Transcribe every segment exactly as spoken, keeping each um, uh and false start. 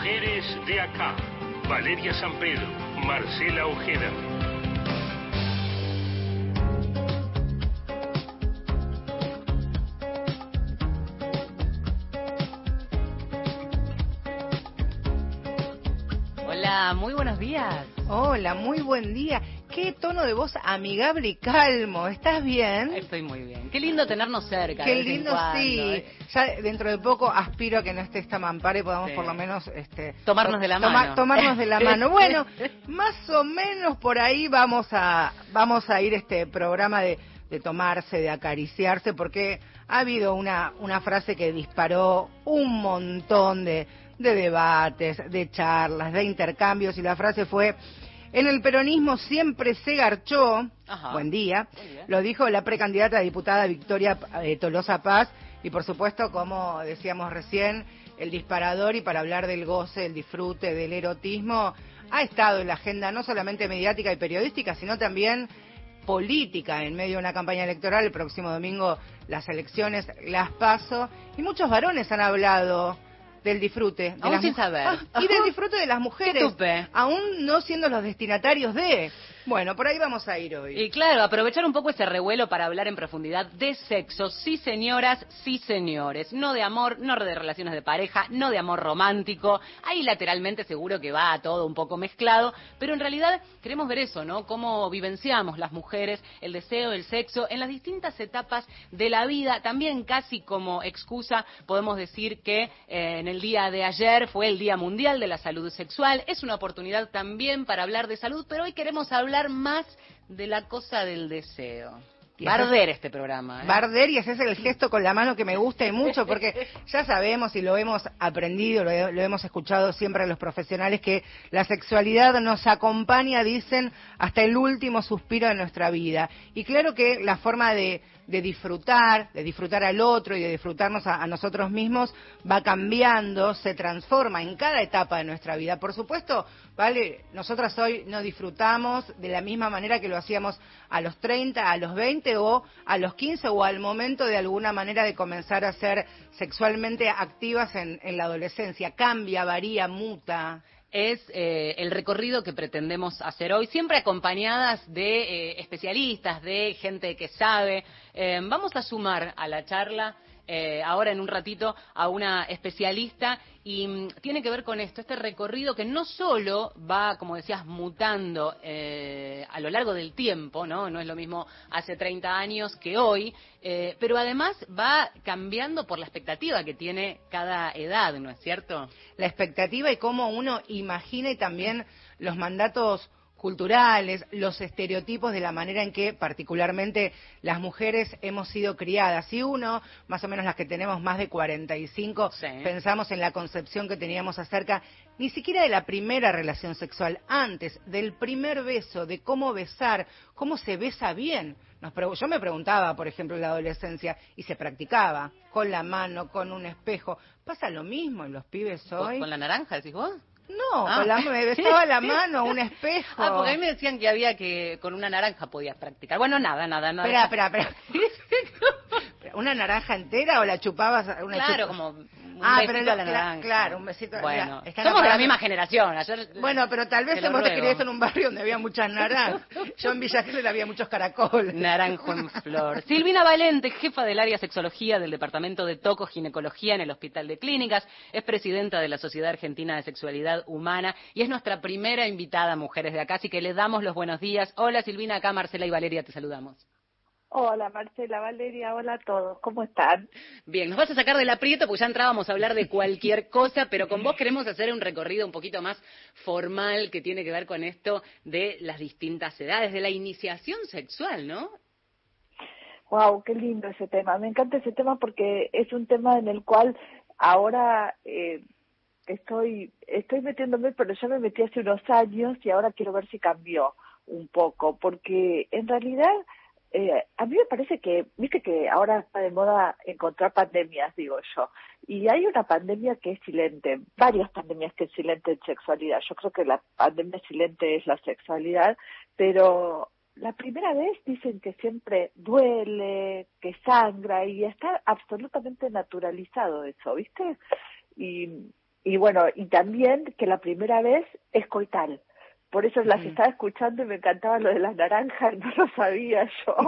Mujeres de acá. Valeria San Pedro, Marcela Ojeda. Hola, muy buenos días. Hola, muy buen día. Qué tono de voz amigable y calmo. ¿Estás bien? Estoy muy bien. Qué lindo tenernos cerca. Qué de vez en lindo, cuando, sí. ¿eh? Ya dentro de poco aspiro a que no esté esta mampara y podamos Sí. por lo menos este, Tomarnos de la toma, mano. Tomarnos de la mano. Bueno, más o menos por ahí vamos a vamos a ir este programa de, de tomarse, de acariciarse, porque ha habido una, una frase que disparó un montón de, de debates, de charlas, de intercambios, y la frase fue: en el peronismo siempre se garchó. Ajá. Buen día. Buen día. Lo dijo la precandidata a diputada Victoria eh, Tolosa Paz, y por supuesto, como decíamos recién, el disparador, y para hablar del goce, el disfrute, del erotismo, ha estado en la agenda no solamente mediática y periodística, sino también política, en medio de una campaña electoral. El próximo domingo las elecciones, las PASO, y muchos varones han hablado del disfrute. De Aún las sin mu- saber. Ah, y del disfrute de las mujeres, tupe. aún no siendo los destinatarios de... Bueno, por ahí vamos a ir hoy. Y claro, aprovechar un poco ese revuelo para hablar en profundidad de sexo. Sí, señoras, sí, señores. No de amor, no de relaciones de pareja, no de amor romántico. Ahí lateralmente seguro que va todo un poco mezclado, pero en realidad queremos ver eso, ¿no? Cómo vivenciamos las mujeres el deseo, el sexo en las distintas etapas de la vida. También casi como excusa podemos decir que eh, en el día de ayer fue el Día Mundial de la Salud Sexual. Es una oportunidad también para hablar de salud, pero hoy queremos hablar más de la cosa del deseo. Y Barder este programa, ¿eh? Barder, y ese es el gesto con la mano que me gusta y mucho, porque ya sabemos y lo hemos aprendido, lo, lo hemos escuchado siempre a los profesionales, que la sexualidad nos acompaña, dicen, hasta el último suspiro de nuestra vida. Y claro que la forma de, de disfrutar, de disfrutar al otro y de disfrutarnos a, a nosotros mismos va cambiando, se transforma en cada etapa de nuestra vida. Por supuesto, vale, nosotras hoy no disfrutamos de la misma manera que lo hacíamos a los treinta, a los veinte o a los quince, o al momento de alguna manera de comenzar a ser sexualmente activas en, en la adolescencia. Cambia, varía, muta. Es eh, el recorrido que pretendemos hacer hoy, siempre acompañadas de eh, especialistas, de gente que sabe. Eh, vamos a sumar a la charla eh, ahora en un ratito a una especialista, y mm, tiene que ver con esto, este recorrido que no solo va, como decías, mutando eh, a lo largo del tiempo, ¿no? No es lo mismo hace treinta años que hoy, eh, pero además va cambiando por la expectativa que tiene cada edad, ¿no es cierto? La expectativa y cómo uno imagina, y también los mandatos culturales, los estereotipos de la manera en que particularmente las mujeres hemos sido criadas. Y uno, más o menos las que tenemos más de cuarenta y cinco, Sí. pensamos en la concepción que teníamos acerca ni siquiera de la primera relación sexual, antes del primer beso, de cómo besar, cómo se besa bien. Nos pregu- Yo me preguntaba, por ejemplo, en la adolescencia, y se practicaba con la mano, con un espejo. ¿Pasa lo mismo en los pibes hoy? ¿Con, con la naranja, decís vos? No, Ah. con la, me besaba la mano, un espejo. Ah, porque a mí me decían que había que con una naranja podías practicar. Bueno, nada, nada, nada. Espera, espera, espera. ¿Una naranja entera o la chupabas? Una Claro, chupa? como un Ah, besito pero a la cla- naranja. claro, un besito. Bueno, Mira, están somos de la apagando- misma generación. Ayer, Bueno, pero tal vez te lo hemos ruego. criado en un barrio donde había muchas naranjas. Yo en Villa Gesell había muchos caracoles. Naranjo en flor. Silvina Valente, jefa del área sexología del Departamento de Toco Ginecología en el Hospital de Clínicas, es presidenta de la Sociedad Argentina de Sexualidad Humana y es nuestra primera invitada a Mujeres de Acá, así que le damos los buenos días. Hola Silvina, acá Marcela y Valeria te saludamos. Hola Marcela, Valeria, hola a todos, ¿cómo están? Bien, nos vas a sacar del aprieto porque ya entrábamos a hablar de cualquier cosa, pero con vos queremos hacer un recorrido un poquito más formal que tiene que ver con esto de las distintas edades, de la iniciación sexual, ¿no? Wow, qué lindo ese tema, me encanta ese tema porque es un tema en el cual ahora eh, estoy estoy metiéndome, pero ya me metí hace unos años y ahora quiero ver si cambió un poco, porque en realidad eh, a mí me parece que, viste que ahora está de moda encontrar pandemias, digo yo, y hay una pandemia que es silente, varias pandemias que es silente en sexualidad. Yo creo que la pandemia silente es la sexualidad, pero la primera vez dicen que siempre duele, que sangra, y está absolutamente naturalizado eso, ¿viste? Y y bueno, y también que la primera vez es coital. Por eso las Mm. estaba escuchando y me encantaba lo de las naranjas, no lo sabía yo.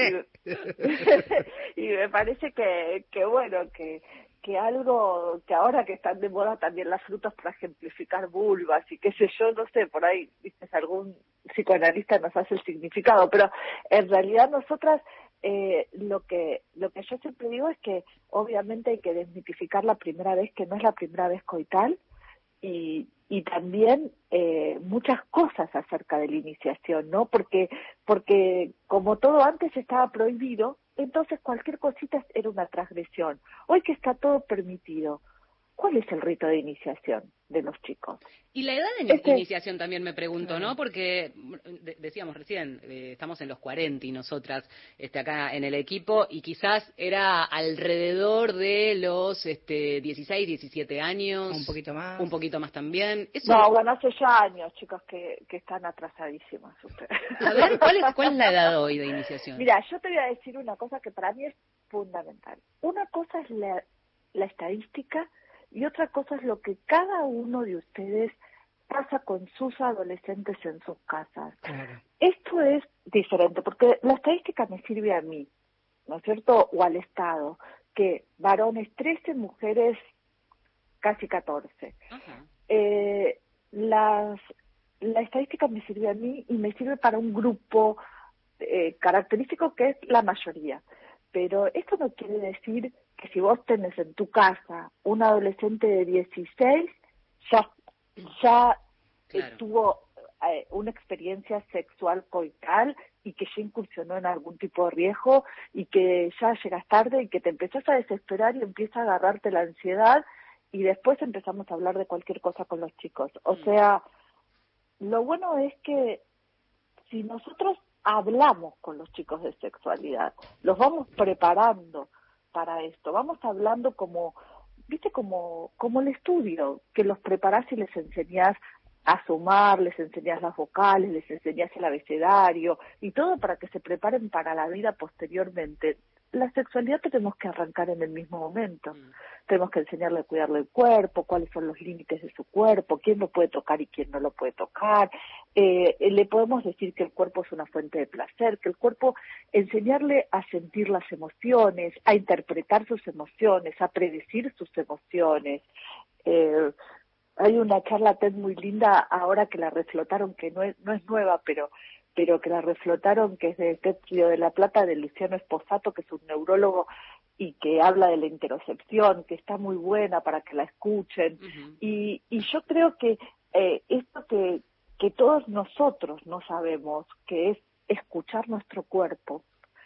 Y, y me parece que, que bueno, que, que algo, que ahora que están de moda también las frutas para ejemplificar vulvas y qué sé yo, no sé, por ahí, viste, algún psicoanalista nos hace el significado, pero en realidad nosotras, eh, lo que, lo que yo siempre digo es que obviamente hay que desmitificar la primera vez, que no es la primera vez coital, y, y también eh, muchas cosas acerca de la iniciación, ¿no? Porque, porque como todo antes estaba prohibido, entonces cualquier cosita era una transgresión. Hoy que está todo permitido, ¿cuál es el rito de iniciación de los chicos? Y la edad de Este, iniciación también me pregunto, claro. ¿no? Porque de, decíamos recién, eh, estamos en los cuarenta y nosotras este, acá en el equipo, y quizás era alrededor de los este, dieciséis, diecisiete años. Un poquito más. Un poquito más también. Eso... No, bueno, hace ya años, chicos, que, que están atrasadísimas ustedes. A ver, ¿cuál es, ¿cuál es la edad hoy de iniciación? Mira, yo te voy a decir una cosa que para mí es fundamental. Una cosa es la, la estadística y otra cosa es lo que cada uno de ustedes pasa con sus adolescentes en sus casas. Claro. Esto es diferente, porque la estadística me sirve a mí, ¿no es cierto? O al Estado, que varones trece, mujeres casi catorce. Ajá. Eh, las, la estadística me sirve a mí y me sirve para un grupo eh, característico que es la mayoría. Pero esto no quiere decir que si vos tenés en tu casa un adolescente de dieciséis, ya, ya Claro. tuvo eh, una experiencia sexual coital y que ya incursionó en algún tipo de riesgo y que ya llegas tarde y que te empezás a desesperar y empieza a agarrarte la ansiedad y después empezamos a hablar de cualquier cosa con los chicos. O Mm. sea, lo bueno es que si nosotros hablamos con los chicos de sexualidad, los vamos preparando para esto, vamos hablando como, viste, como, como el estudio, que los preparás y les enseñás a sumar, les enseñás las vocales, les enseñás el abecedario y todo para que se preparen para la vida posteriormente. La sexualidad tenemos que arrancar en el mismo momento. Mm. Tenemos que enseñarle a cuidarle el cuerpo, cuáles son los límites de su cuerpo, quién lo puede tocar y quién no lo puede tocar. Eh, le podemos decir que el cuerpo es una fuente de placer, que el cuerpo, enseñarle a sentir las emociones, a interpretar sus emociones, a predecir sus emociones. Eh, hay una charla TED muy linda ahora que la reflotaron, que no es, no es nueva, pero pero que la reflotaron, que es de TED Río de la Plata, de Luciano Esposato, que es un neurólogo y que habla de la interocepción, que está muy buena para que la escuchen. Uh-huh. Y, y yo creo que eh, esto que, que todos nosotros no sabemos, que es escuchar nuestro cuerpo,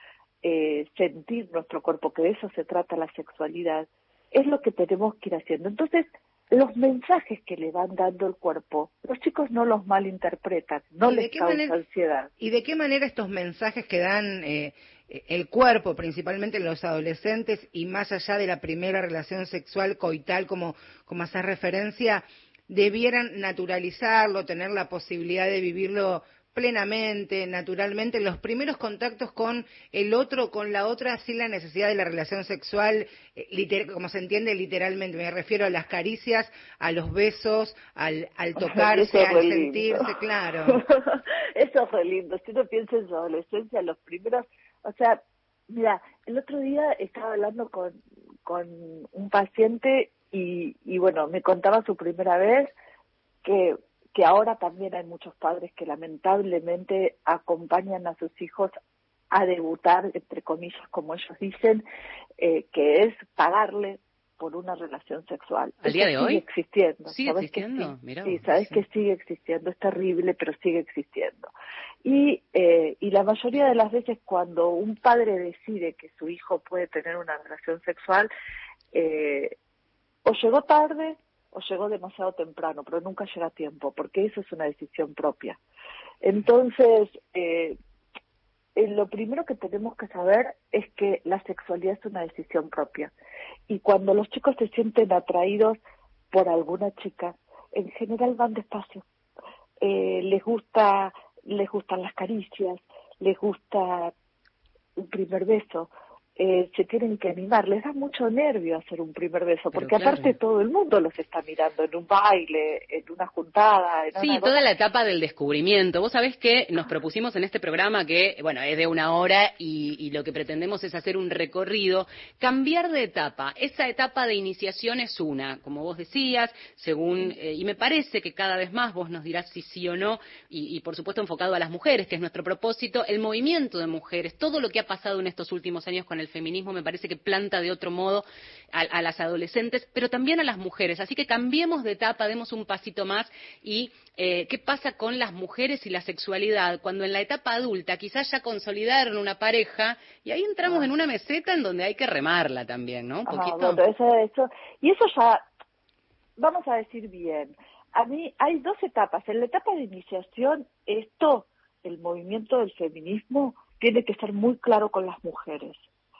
eh, sentir nuestro cuerpo, que de eso se trata la sexualidad, es lo que tenemos que ir haciendo. Entonces, los mensajes que le van dando el cuerpo, los chicos no los malinterpretan, no les causa manera, ansiedad. ¿Y de qué manera estos mensajes que dan eh, el cuerpo, principalmente en los adolescentes, y más allá de la primera relación sexual coital, como, como hacer referencia, debieran naturalizarlo, tener la posibilidad de vivirlo plenamente, naturalmente, los primeros contactos con el otro, con la otra, sin la necesidad de la relación sexual, eh, liter- como se entiende literalmente? Me refiero a las caricias, a los besos, al, al tocarse, al sentirse, claro. Eso es re lindo. Si uno piensa en su adolescencia, los primeros, o sea, mira, el otro día estaba hablando con, con un paciente y, y bueno, me contaba su primera vez que que ahora también hay muchos padres que lamentablemente acompañan a sus hijos a debutar, entre comillas, como ellos dicen, eh, que es pagarle por una relación sexual. ¿Al día de hoy? Sigue existiendo. ¿Sigue ¿Sabes existiendo? Que sí, Mirá sí, vos, sabes sí. que sigue existiendo. Es terrible, pero sigue existiendo. Y, eh, y la mayoría de las veces cuando un padre decide que su hijo puede tener una relación sexual, eh, o llegó tarde, o llegó demasiado temprano, pero nunca llega a tiempo, porque eso es una decisión propia. Entonces, eh, eh, lo primero que tenemos que saber es que la sexualidad es una decisión propia. Y cuando los chicos se sienten atraídos por alguna chica, en general van despacio. Eh, les gusta, les gustan las caricias, les gusta un primer beso, eh, se tienen que animar. Les da mucho nervio hacer un primer beso, Pero porque claro. aparte todo el mundo los está mirando en un baile, en una juntada. En Sí, una toda cosa. la etapa del descubrimiento. Vos sabés que nos propusimos en este programa que, bueno, es de una hora y, y lo que pretendemos es hacer un recorrido, cambiar de etapa. Esa etapa de iniciación es una, como vos decías, según, eh, y me parece que cada vez más vos nos dirás si sí o no, y, y por supuesto enfocado a las mujeres, que es nuestro propósito, el movimiento de mujeres, todo lo que ha pasado en estos últimos años con el feminismo me parece que planta de otro modo a, a las adolescentes, pero también a las mujeres. Así que cambiemos de etapa, demos un pasito más y eh, qué pasa con las mujeres y la sexualidad cuando en la etapa adulta quizás ya consolidaron una pareja y ahí entramos Ah. en una meseta en donde hay que remarla también, ¿no? Un Ah, poquito. bueno, eso, eso, y eso ya, vamos a decir bien, a mí hay dos etapas. En la etapa de iniciación, esto, el movimiento del feminismo, tiene que estar muy claro con las mujeres,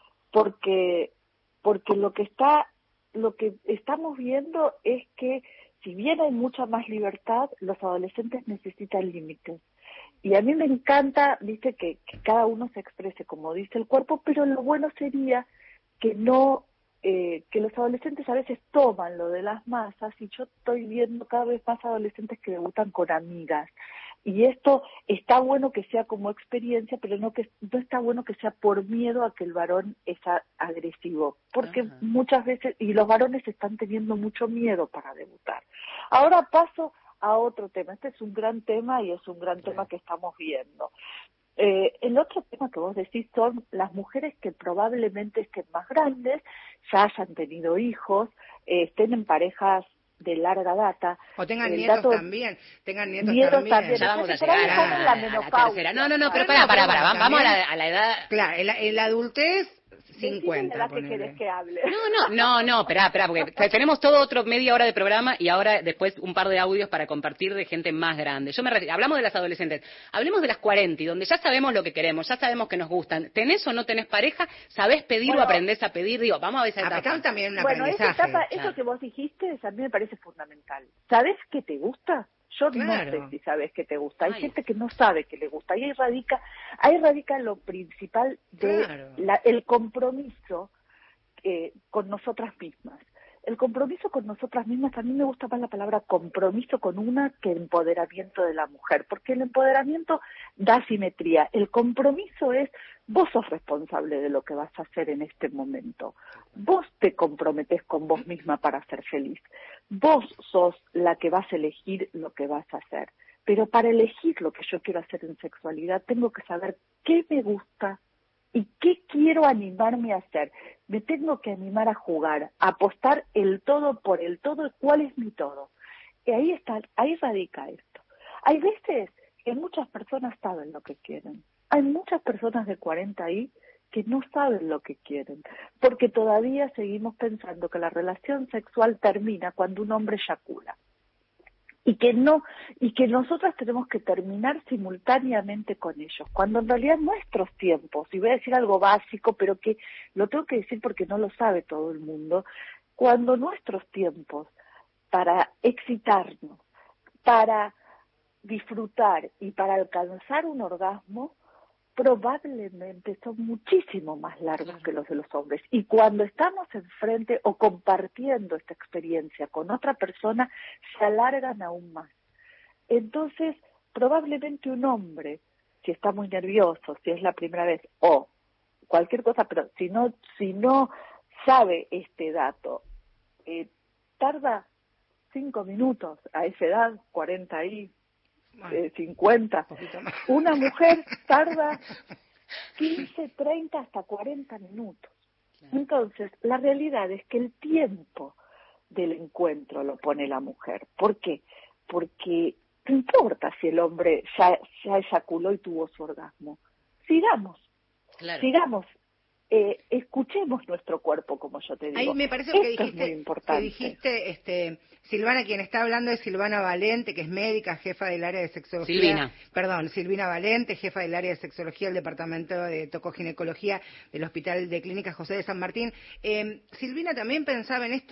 porque, porque lo que está, lo que estamos viendo es que si bien hay mucha más libertad, los adolescentes necesitan límites. Y a mí me encanta, viste, que, que cada uno se exprese como dice el cuerpo, pero lo bueno sería que no, eh, que los adolescentes a veces toman lo de las masas, y yo estoy viendo cada vez más adolescentes que debutan con amigas. Y esto está bueno que sea como experiencia, pero no que no está bueno que sea por miedo a que el varón es a- agresivo, porque Ajá. muchas veces, y los varones están teniendo mucho miedo para debutar. Ahora paso a otro tema. Este es un gran tema y es un gran tema que estamos viendo. Eh, el otro tema que vos decís son las mujeres que probablemente estén más grandes, ya hayan tenido hijos, eh, estén en parejas de larga data. O tengan El nietos dato- también, tengan nietos, Nietos también. también. Ya vamos a Entonces, por ahí llegar están a, en la a la menopausia. tercera. No, no, no, pero Ah, para, no, para, pero para, bueno, vamos a también- la, a la edad. Claro, en la, en la adultez, Decime la cincuenta, edad que ponele. querés que hable. No, no, no, no, espera, espera, porque te- tenemos todo otro media hora de programa y ahora después un par de audios para compartir de gente más grande. Yo me refiero, hablamos de las adolescentes, hablemos de las cuarenta, y donde ya sabemos lo que queremos, ya sabemos que nos gustan. ¿Tenés o no tenés pareja? ¿Sabés pedir Bueno, o aprendés a pedir? Digo, vamos a ver esa Ah, etapa. pero también un Bueno, esa aprendizaje. etapa, claro. eso que vos dijiste, a mí me parece fundamental. ¿Sabés qué te gusta? Yo Claro. no sé si sabes qué te gusta. Hay Ay. gente que no sabe qué le gusta. Y ahí radica, ahí radica lo principal de Claro. la- el compromiso eh, con nosotras mismas. El compromiso con nosotras mismas, a mí me gusta más la palabra compromiso con una que empoderamiento de la mujer, porque el empoderamiento da simetría. El compromiso es, vos sos responsable de lo que vas a hacer en este momento. Vos te comprometés con vos misma para ser feliz. Vos sos la que vas a elegir lo que vas a hacer. Pero para elegir lo que yo quiero hacer en sexualidad, tengo que saber qué me gusta y qué quiero animarme a hacer. Me tengo que animar a jugar, a apostar el todo por el todo. ¿Cuál es mi todo? Y ahí está, ahí radica esto. Hay veces que muchas personas saben lo que quieren. Hay muchas personas de cuarenta ahí que no saben lo que quieren, porque todavía seguimos pensando que la relación sexual termina cuando un hombre eyacula. Y que no, y que nosotras tenemos que terminar simultáneamente con ellos, cuando en realidad nuestros tiempos, y voy a decir algo básico, pero que lo tengo que decir porque no lo sabe todo el mundo, cuando nuestros tiempos para excitarnos, para disfrutar y para alcanzar un orgasmo, probablemente son muchísimo más largos Claro. que los de los hombres. Y cuando estamos enfrente o compartiendo esta experiencia con otra persona, se alargan aún más. Entonces, probablemente un hombre, si está muy nervioso, si es la primera vez, o cualquier cosa, pero si no, si no sabe este dato, eh, tarda cinco minutos a esa edad, cuarenta y Bueno, eh, cincuenta. un poquito más. Una mujer tarda quince, treinta hasta cuarenta minutos. Entonces, la realidad es que el tiempo del encuentro lo pone la mujer. ¿Por qué? Porque no importa si el hombre ya, ya eyaculó y tuvo su orgasmo. Sigamos, Claro. sigamos. Eh, escuchemos nuestro cuerpo, como yo te digo. Ahí me parece Esto que es muy dijiste, importante. que dijiste este, Silvana, quien está hablando es Silvana Valente, que es médica, jefa del área de sexología. Silvina. Perdón, Silvina Valente, jefa del área de sexología del Departamento de Tocoginecología del Hospital de Clínicas José de San Martín. Eh, Silvina también pensaba en esto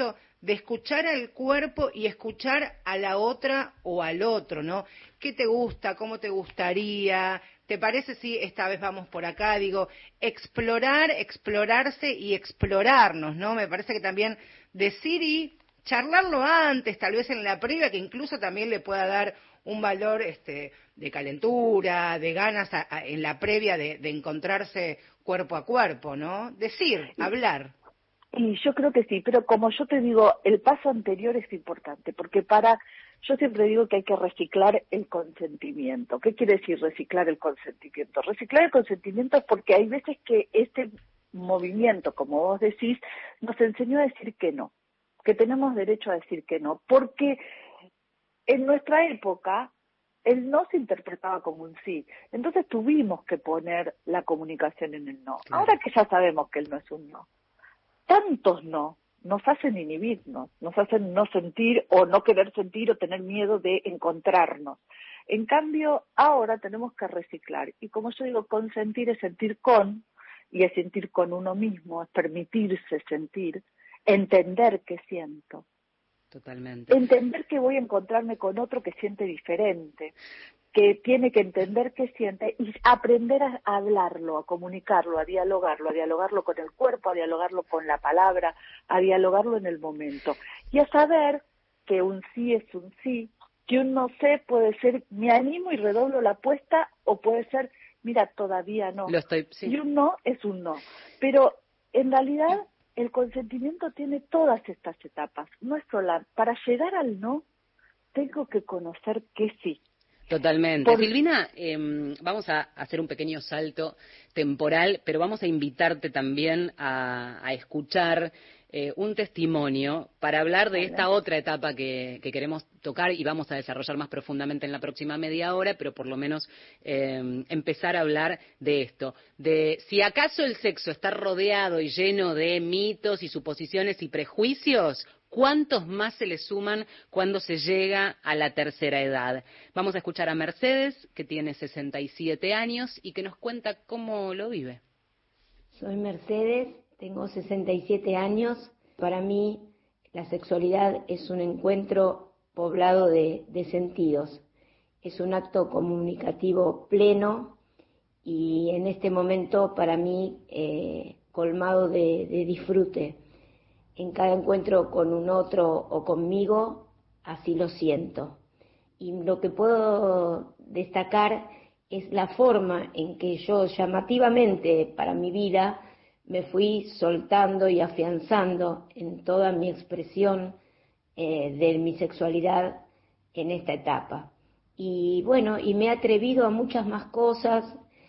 de escuchar al cuerpo y escuchar a la otra o al otro, ¿no? ¿Qué te gusta? ¿Cómo te gustaría? ¿Te parece si esta vez vamos por acá? Digo, explorar, explorarse y explorarnos, ¿no? Me parece que también decir y charlarlo antes, tal vez en la previa, que incluso también le pueda dar un valor este, de calentura, de ganas a, a, en la previa de, de encontrarse cuerpo a cuerpo, ¿no? Decir, hablar. Y yo creo que sí, pero como yo te digo, el paso anterior es importante, porque para, yo siempre digo que hay que reciclar el consentimiento. ¿Qué quiere decir reciclar el consentimiento? Reciclar el consentimiento es porque hay veces que este movimiento, como vos decís, nos enseñó a decir que no, que tenemos derecho a decir que no, porque en nuestra época el no se interpretaba como un sí, entonces tuvimos que poner la comunicación en el no. Claro. Ahora que ya sabemos que el no es un no, tantos no nos hacen inhibirnos, nos hacen no sentir o no querer sentir o tener miedo de encontrarnos. En cambio, ahora tenemos que reciclar. Y como yo digo, consentir es sentir con, y es sentir con uno mismo, es permitirse sentir, entender qué siento. Totalmente. Entender que voy a encontrarme con otro que siente diferente, que tiene que entender qué siente y aprender a hablarlo, a comunicarlo, a dialogarlo, a dialogarlo con el cuerpo, a dialogarlo con la palabra, a dialogarlo en el momento. Y a saber que un sí es un sí, que un no sé puede ser me animo y redoblo la apuesta o puede ser mira, todavía no. Lo estoy, sí. Y un no es un no. Pero en realidad el consentimiento tiene todas estas etapas. No es sola. Para llegar al no, tengo que conocer que sí. Totalmente. Por... Silvina, eh, vamos a hacer un pequeño salto temporal, pero vamos a invitarte también a, a escuchar eh, un testimonio para hablar de esta otra etapa que, que queremos tocar y vamos a desarrollar más profundamente en la próxima media hora, pero por lo menos eh, empezar a hablar de esto, de si acaso el sexo está rodeado y lleno de mitos y suposiciones y prejuicios, ¿cuántos más se le suman cuando se llega a la tercera edad? Vamos a escuchar a Mercedes, que tiene sesenta y siete años y que nos cuenta cómo lo vive. Soy Mercedes, tengo sesenta y siete años. Para mí, la sexualidad es un encuentro poblado de, de sentidos. Es un acto comunicativo pleno y en este momento, para mí, eh, colmado de, de disfrute. En cada encuentro con un otro o conmigo, así lo siento. Y lo que puedo destacar es la forma en que yo llamativamente para mi vida me fui soltando y afianzando en toda mi expresión eh, de mi sexualidad en esta etapa. Y bueno, y me he atrevido a muchas más cosas,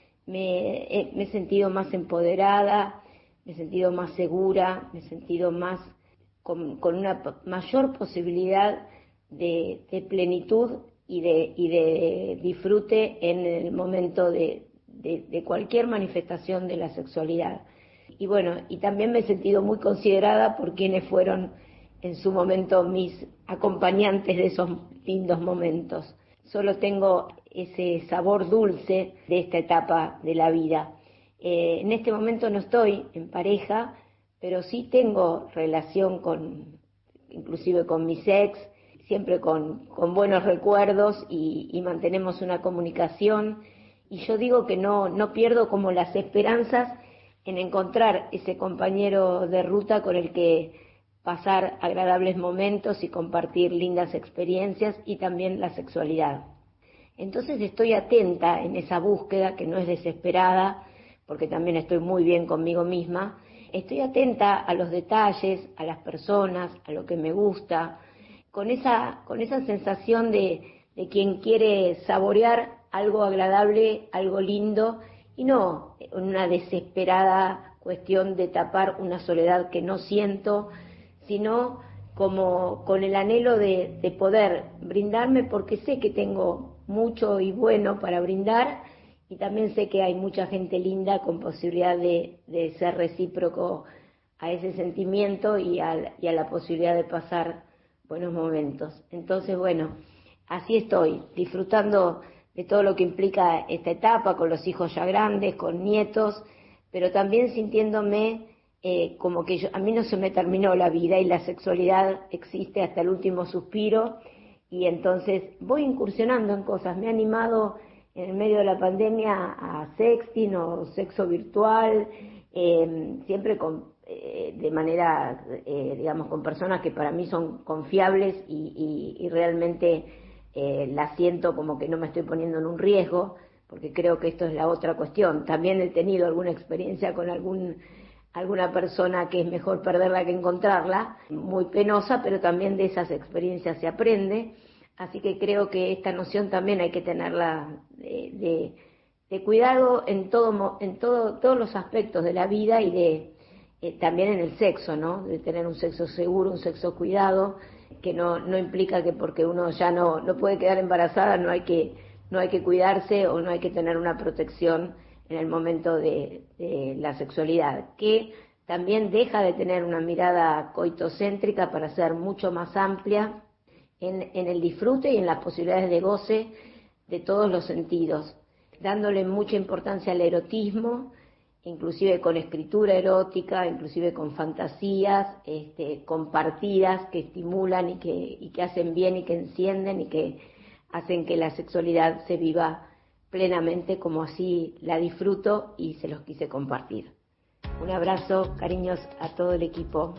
me, eh, me he sentido más empoderada, me he sentido más segura, me he sentido más con, con una mayor posibilidad de, de plenitud y de, y de disfrute en el momento de, de, de cualquier manifestación de la sexualidad. Y bueno, y también me he sentido muy considerada por quienes fueron en su momento mis acompañantes de esos lindos momentos. Solo tengo ese sabor dulce de esta etapa de la vida. Eh, en este momento no estoy en pareja, pero sí tengo relación con, inclusive con mis ex, siempre con, con buenos recuerdos y, y mantenemos una comunicación. Y yo digo que no, no pierdo como las esperanzas en encontrar ese compañero de ruta con el que pasar agradables momentos y compartir lindas experiencias y también la sexualidad. Entonces estoy atenta en esa búsqueda, que no es desesperada, porque también estoy muy bien conmigo misma. Estoy atenta a los detalles, a las personas, a lo que me gusta, con esa, con esa sensación de, de quien quiere saborear algo agradable, algo lindo, y no una desesperada cuestión de tapar una soledad que no siento, sino como con el anhelo de, de poder brindarme, porque sé que tengo mucho y bueno para brindar, y también sé que hay mucha gente linda con posibilidad de, de ser recíproco a ese sentimiento y a, y a la posibilidad de pasar buenos momentos. Entonces, bueno, así estoy, disfrutando de todo lo que implica esta etapa, con los hijos ya grandes, con nietos, pero también sintiéndome eh, como que yo, a mí no se me terminó la vida y la sexualidad existe hasta el último suspiro, y entonces voy incursionando en cosas. Me he animado en el medio de la pandemia a sexting o sexo virtual, eh, siempre con, eh, de manera, eh, digamos, con personas que para mí son confiables y, y, y realmente eh, la siento como que no me estoy poniendo en un riesgo, porque creo que esto es la otra cuestión. También he tenido alguna experiencia con algún alguna persona que es mejor perderla que encontrarla, muy penosa, pero también de esas experiencias se aprende. Así que creo que esta noción también hay que tenerla de, de, de cuidado en todo en todo todos los aspectos de la vida, y de eh, también en el sexo, ¿no? De tener un sexo seguro, un sexo cuidado, que no no implica que porque uno ya no no puede quedar embarazada no hay que no hay que cuidarse o no hay que tener una protección en el momento de, de la sexualidad, que también deja de tener una mirada coitocéntrica para ser mucho más amplia en, en el disfrute y en las posibilidades de goce de todos los sentidos, dándole mucha importancia al erotismo, inclusive con escritura erótica, inclusive con fantasías este, compartidas que estimulan y que, y que hacen bien y que encienden y que hacen que la sexualidad se viva plenamente como así la disfruto y se los quise compartir. Un abrazo, cariños a todo el equipo.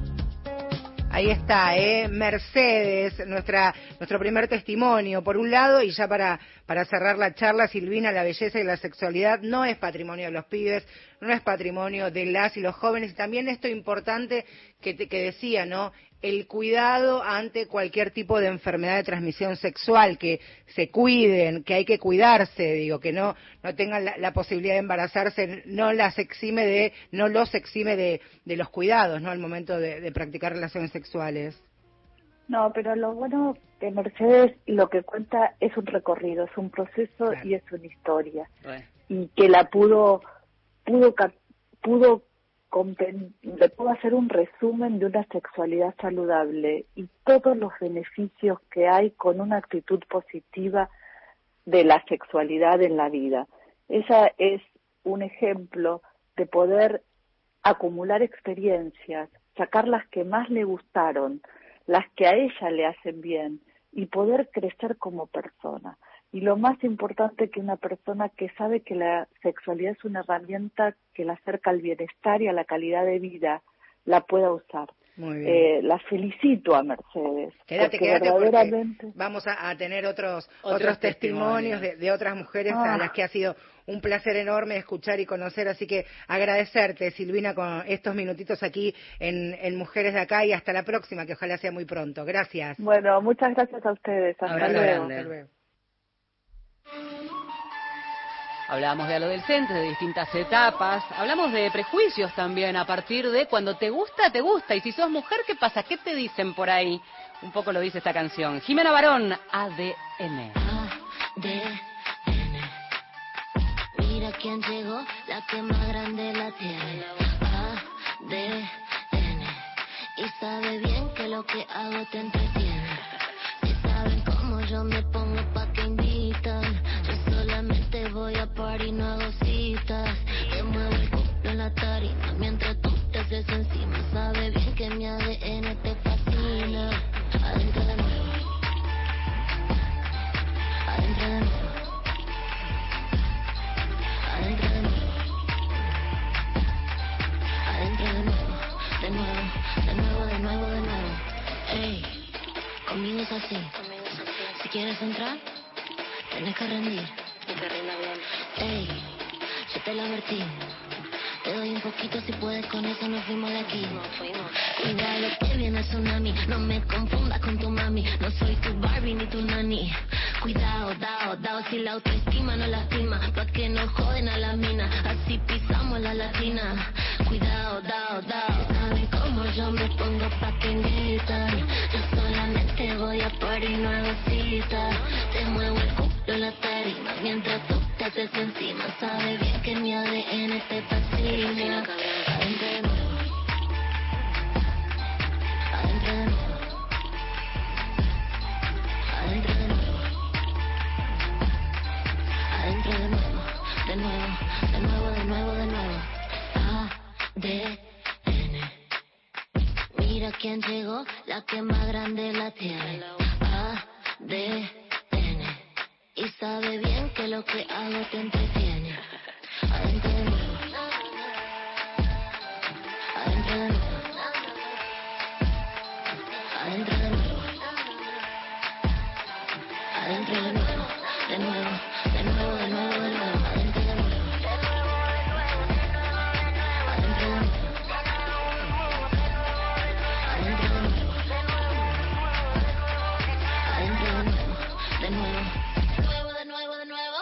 Ahí está, ¿eh? Mercedes, nuestra, nuestro primer testimonio. Por un lado, y ya para, para cerrar la charla, Silvina, la belleza y la sexualidad no es patrimonio de los pibes, no es patrimonio de las y los jóvenes. Y también esto importante que, te, que decía, ¿no? El cuidado ante cualquier tipo de enfermedad de transmisión sexual, que se cuiden, que hay que cuidarse, digo, que no no tengan la, la posibilidad de embarazarse, no las exime de, no los exime de, de los cuidados, ¿no? Al momento de, de practicar relaciones sexuales. No, pero lo bueno de Mercedes, lo que cuenta es un recorrido, es un proceso, claro, y es una historia. Bueno. Y que la pudo, pudo, pudo le puedo hacer un resumen de una sexualidad saludable y todos los beneficios que hay con una actitud positiva de la sexualidad en la vida. Ella es un ejemplo de poder acumular experiencias, sacar las que más le gustaron, las que a ella le hacen bien, y poder crecer como persona. Y lo más importante, que una persona que sabe que la sexualidad es una herramienta que la acerca al bienestar y a la calidad de vida, la pueda usar. Muy bien. Eh, la felicito a Mercedes. Quédate, quédate, verdaderamente... porque vamos a, a tener otros otros, otros testimonios, testimonios de, de otras mujeres ah. a las que ha sido un placer enorme escuchar y conocer, así que agradecerte, Silvina, con estos minutitos aquí en, en Mujeres de Acá, y hasta la próxima, que ojalá sea muy pronto. Gracias. Bueno, muchas gracias a ustedes. Hasta Abrazo luego. Hasta luego. Hablábamos de adolescentes, de distintas etapas, hablamos de prejuicios también, a partir de cuando te gusta, te gusta, y si sos mujer, ¿qué pasa? ¿Qué te dicen por ahí? Un poco lo dice esta canción. Jimena Barón, A D N. A D N. Mira quién llegó, la que más grande la tiene. A D N. Y sabe bien que lo que hago te entretiene. Si saben cómo yo me pongo, pa' que invitan. Yo solamente voy a party, no hago citas. Te muevo el culo en la tarima mientras tú te haces encima. Sabe bien que mi A D N te fascina. Adentro de nuevo. Adentro de nuevo. Adentro de nuevo. Adentro de nuevo. De nuevo, de nuevo, de nuevo, de nuevo. Ey, conmigo es así. Si quieres entrar, tienes que rendir. Ey, yo te lo advertí. Te doy un poquito, si puedes, con eso nos fuimos de aquí. Cuidado que viene el tsunami. No me confundas con tu mami. No soy tu Barbie ni tu nani. Cuidado, dao, dao, si la autoestima no lastima. Pa' que no joden a la mina. Así pisamos la latina. Cuidado, dao, dao. Saben cómo yo me pongo, pa' que invitan. Yo solamente voy a party, no hago cita. Te muevo el culo en la tarima mientras tú te haces encima. Sabe bien que mi A D N te fascina. Adentro de nuevo. Adentro de nuevo. Adentro de nuevo. Adentro de nuevo. De nuevo, de nuevo, de nuevo, de nuevo. A, D, quién llegó, la que más grande la tiene. A, D, N. Y sabe bien que lo que hago te entretiene. Adentro de nuevo. Adentro de nuevo. Adentro de nuevo. Adentro de nuevo. De nuevo, de nuevo, de nuevo, de nuevo. Adentro de nuevo. Adentro de nuevo. Adentro de nuevo. Adentro de nuevo. De nuevo. De nuevo, de nuevo, de nuevo.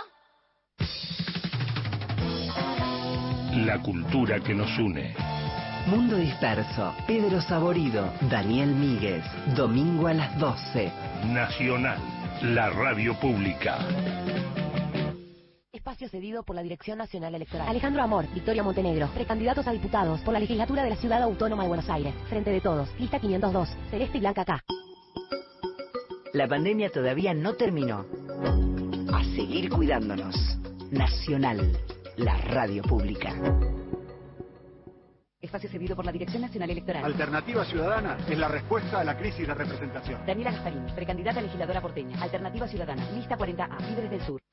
La cultura que nos une. Mundo Disperso, Pedro Saborido, Daniel Míguez, domingo a las doce. Nacional, la radio pública. Espacio cedido por la Dirección Nacional Electoral. Alejandro Amor, Victoria Montenegro, precandidatos a diputados por la legislatura de la Ciudad Autónoma de Buenos Aires. Frente de Todos, lista quinientos dos, Celeste y Blanca K. La pandemia todavía no terminó. A seguir cuidándonos. Nacional, la radio pública. Espacio cedido por la Dirección Nacional Electoral. Alternativa Ciudadana es la respuesta a la crisis de representación. Daniela Gasparín, precandidata a legisladora porteña. Alternativa Ciudadana, lista cuarenta A, Líderes del Sur.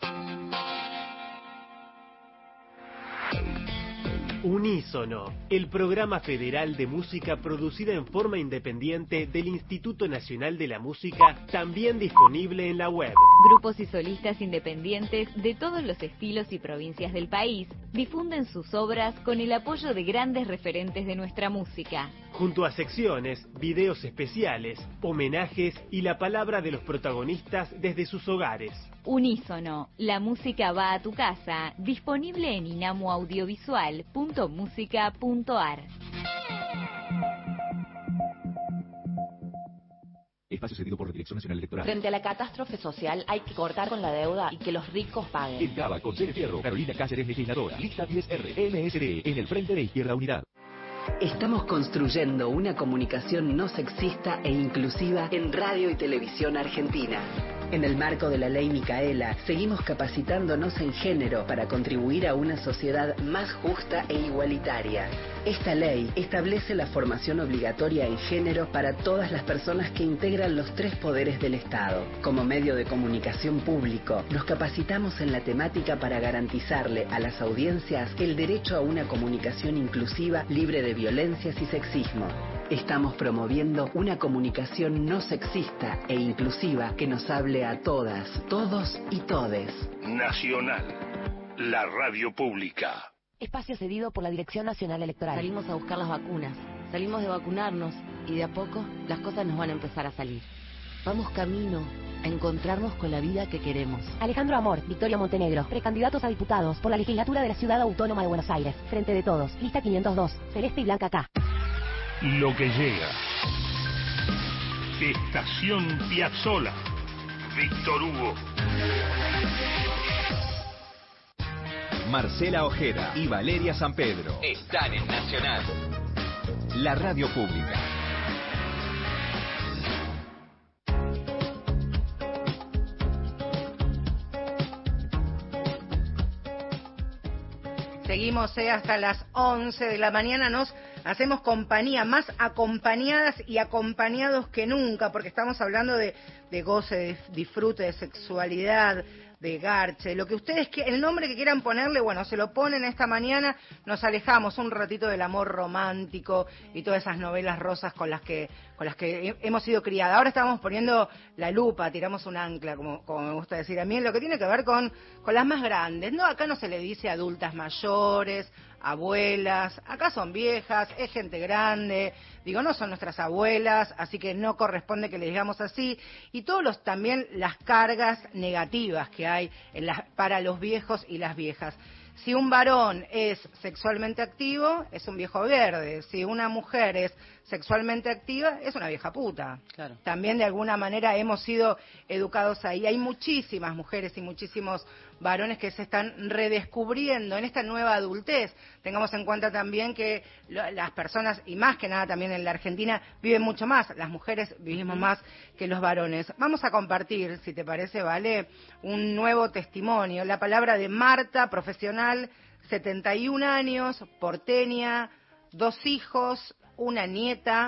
Unísono, el programa federal de música producida en forma independiente del Instituto Nacional de la Música, también disponible en la web. Grupos y solistas independientes de todos los estilos y provincias del país difunden sus obras con el apoyo de grandes referentes de nuestra música. Junto a secciones, videos especiales, homenajes y la palabra de los protagonistas desde sus hogares. Unísono, la música va a tu casa, disponible en inamu audiovisual punto música punto ar. Espacio cedido por la Dirección Nacional Electoral. Frente a la catástrofe social hay que cortar con la deuda y que los ricos paguen. En Cava, con Cere Fierro, Carolina Cáceres, legisladora. Lista diez R, M S D, en el frente de Izquierda Unidad. Estamos construyendo una comunicación no sexista e inclusiva en radio y televisión argentina. En el marco de la Ley Micaela, seguimos capacitándonos en género para contribuir a una sociedad más justa e igualitaria. Esta ley establece la formación obligatoria en género para todas las personas que integran los tres poderes del Estado. Como medio de comunicación público, nos capacitamos en la temática para garantizarle a las audiencias el derecho a una comunicación inclusiva, libre de violencias y sexismo. Estamos promoviendo una comunicación no sexista e inclusiva que nos hable a todas, todos y todes. Nacional, la radio pública. Espacio cedido por la Dirección Nacional Electoral. Salimos a buscar las vacunas, salimos de vacunarnos y de a poco las cosas nos van a empezar a salir. Vamos camino a encontrarnos con la vida que queremos. Alejandro Amor, Victoria Montenegro, precandidatos a diputados por la legislatura de la Ciudad Autónoma de Buenos Aires. Frente de Todos, lista quinientos dos, Celeste y Blanca K. Lo que llega. Estación Piazzolla. Víctor Hugo. Marcela Ojeda y Valeria San Pedro están en Nacional, la radio pública. Seguimos eh, hasta las once de la mañana, nos hacemos compañía, más acompañadas y acompañados que nunca, porque estamos hablando de, de goce, de disfrute, de sexualidad, de garche, lo que ustedes, que el nombre que quieran ponerle, bueno, se lo ponen esta mañana, nos alejamos un ratito del amor romántico y todas esas novelas rosas con las que con las que hemos sido criadas. Ahora estamos poniendo la lupa, tiramos un ancla, como, como me gusta decir a mí, en lo que tiene que ver con, con las más grandes. No, acá no se le dice adultas mayores, abuelas, acá son viejas, es gente grande, digo, no son nuestras abuelas, así que no corresponde que le digamos así, y todos los también las cargas negativas que hay en las, para los viejos y las viejas. Si un varón es sexualmente activo, es un viejo verde. Si una mujer es sexualmente activa, es una vieja puta. Claro. También de alguna manera hemos sido educados ahí. Hay muchísimas mujeres y muchísimos varones que se están redescubriendo en esta nueva adultez. Tengamos en cuenta también que lo, las personas, y más que nada también en la Argentina, viven mucho más. Las mujeres vivimos más que los varones. Vamos a compartir, si te parece, Vale, un nuevo testimonio. La palabra de Marta, profesional, setenta y un años, porteña, dos hijos, una nieta, y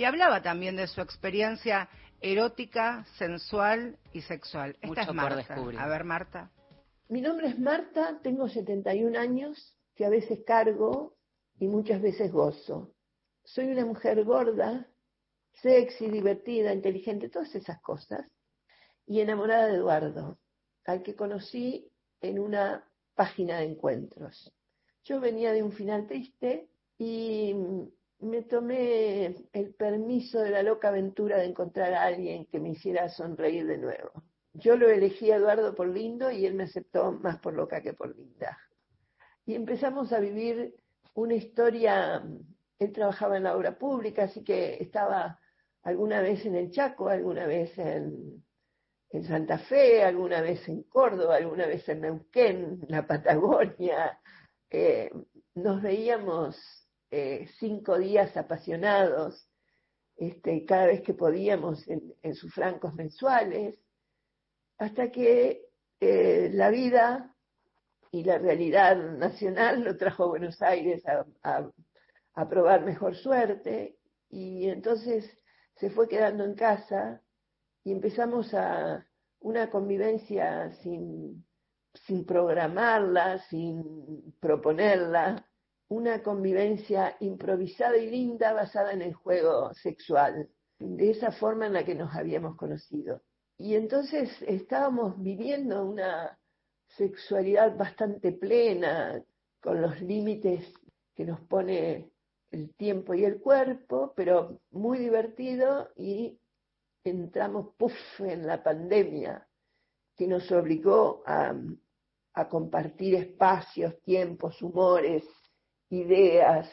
y hablaba también de su experiencia erótica, sensual y sexual. Esta Mucho es por Marta. descubrir. A ver, Marta. Mi nombre es Marta, tengo setenta y un años, que a veces cargo y muchas veces gozo. Soy una mujer gorda, sexy, divertida, inteligente, todas esas cosas, y enamorada de Eduardo, al que conocí en una página de encuentros. Yo venía de un final triste y me tomé el permiso de la loca aventura de encontrar a alguien que me hiciera sonreír de nuevo. Yo lo elegí a Eduardo por lindo y él me aceptó más por loca que por linda. Y empezamos a vivir una historia. Él trabajaba en la obra pública, así que estaba alguna vez en el Chaco, alguna vez en, en Santa Fe, alguna vez en Córdoba, alguna vez en Neuquén, la Patagonia. Eh, nos veíamos eh, cinco días apasionados, este, cada vez que podíamos en, en sus francos mensuales, hasta que eh, la vida y la realidad nacional lo trajo a Buenos Aires a, a, a probar mejor suerte, y entonces se fue quedando en casa y empezamos a una convivencia sin, sin programarla, sin proponerla, una convivencia improvisada y linda basada en el juego sexual, de esa forma en la que nos habíamos conocido. Y entonces estábamos viviendo una sexualidad bastante plena, con los límites que nos pone el tiempo y el cuerpo, pero muy divertido, y entramos, puff, en la pandemia, que nos obligó a, a compartir espacios, tiempos, humores, ideas,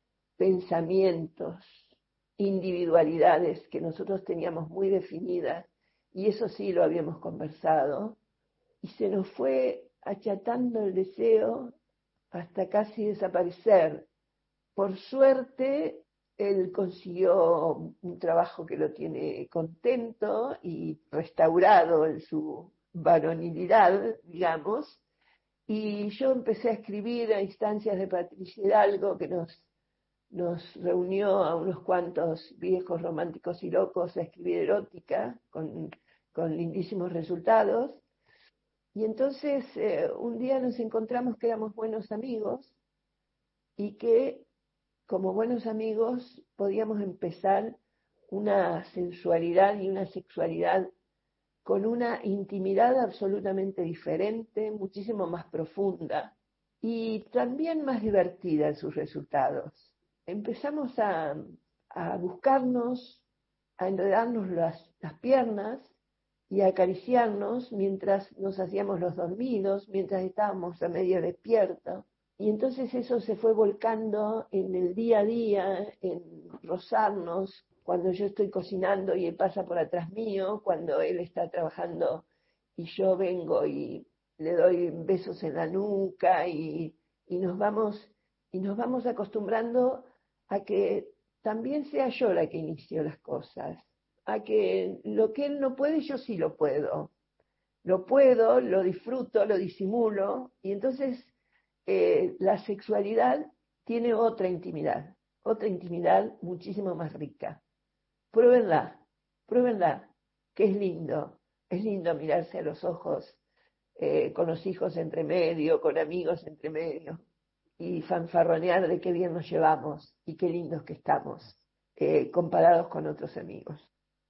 pensamientos, individualidades que nosotros teníamos muy definidas, y eso sí lo habíamos conversado, y se nos fue achatando el deseo hasta casi desaparecer. Por suerte, él consiguió un trabajo que lo tiene contento y restaurado en su varonilidad, digamos, y yo empecé a escribir a instancias de Patricia Hidalgo, que nos, nos reunió a unos cuantos viejos románticos y locos a escribir erótica, con, con lindísimos resultados. Y entonces eh, un día nos encontramos que éramos buenos amigos y que como buenos amigos podíamos empezar una sensualidad y una sexualidad con una intimidad absolutamente diferente, muchísimo más profunda y también más divertida en sus resultados. Empezamos a, a buscarnos, a enredarnos las, las piernas y a acariciarnos mientras nos hacíamos los dormidos, mientras estábamos a medio despiertos. Y entonces eso se fue volcando en el día a día, en rozarnos, cuando yo estoy cocinando y él pasa por atrás mío, cuando él está trabajando y yo vengo y le doy besos en la nuca, y, y, nos vamos, y nos vamos acostumbrando a que también sea yo la que inicio las cosas, a que lo que él no puede, yo sí lo puedo. Lo puedo, lo disfruto, lo disimulo, y entonces eh, la sexualidad tiene otra intimidad, otra intimidad muchísimo más rica. Pruébenla, pruébenla, que es lindo, es lindo mirarse a los ojos eh, con los hijos entre medio, con amigos entre medio, y fanfarronear de qué bien nos llevamos y qué lindos que estamos, eh, comparados con otros amigos.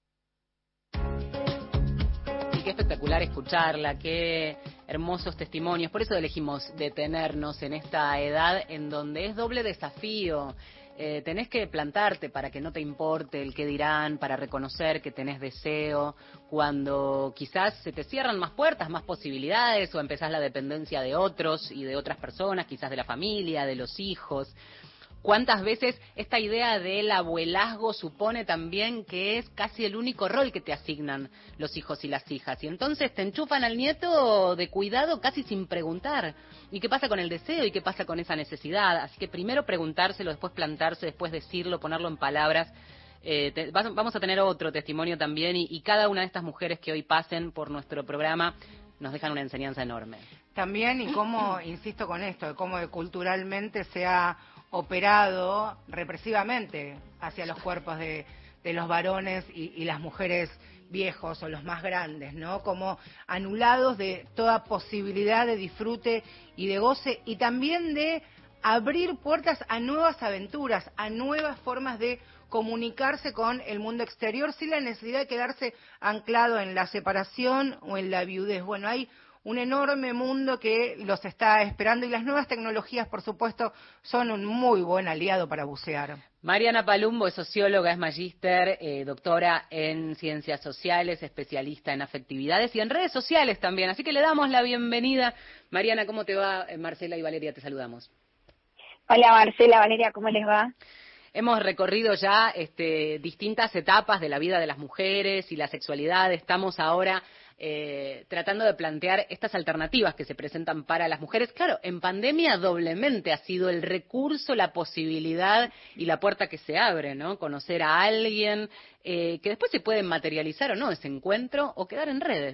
Y qué espectacular escucharla, qué hermosos testimonios. Por eso elegimos detenernos en esta edad en donde es doble desafío. Eh, tenés que plantarte para que no te importe el qué dirán, para reconocer que tenés deseo, cuando quizás se te cierran más puertas, más posibilidades, o empezás la dependencia de otros y de otras personas, quizás de la familia, de los hijos. ¿Cuántas veces esta idea del abuelazgo supone también que es casi el único rol que te asignan los hijos y las hijas? Y entonces te enchufan al nieto de cuidado casi sin preguntar. ¿Y qué pasa con el deseo? ¿Y qué pasa con esa necesidad? Así que primero preguntárselo, después plantarse, después decirlo, ponerlo en palabras. Eh, te, vamos a tener otro testimonio también, y, y cada una de estas mujeres que hoy pasen por nuestro programa nos dejan una enseñanza enorme. También, y cómo, insisto con esto, de cómo culturalmente se ha operado represivamente hacia los cuerpos de, de los varones y, y las mujeres viejos o los más grandes, ¿no? Como anulados de toda posibilidad de disfrute y de goce y también de abrir puertas a nuevas aventuras, a nuevas formas de comunicarse con el mundo exterior sin la necesidad de quedarse anclado en la separación o en la viudez. Bueno, hay un enorme mundo que los está esperando y las nuevas tecnologías, por supuesto, son un muy buen aliado para bucear. Mariana Palumbo es socióloga, es magíster, eh, doctora en ciencias sociales, especialista en afectividades y en redes sociales también. Así que le damos la bienvenida. Mariana, ¿cómo te va? Marcela y Valeria te saludamos. Hola Marcela, Valeria, ¿cómo les va? Hemos recorrido ya este, distintas etapas de la vida de las mujeres y la sexualidad. Estamos ahora eh, tratando de plantear estas alternativas que se presentan para las mujeres. Claro, en pandemia doblemente ha sido el recurso, la posibilidad y la puerta que se abre, ¿no? Conocer a alguien eh, que después se puede materializar o no ese encuentro o quedar en redes.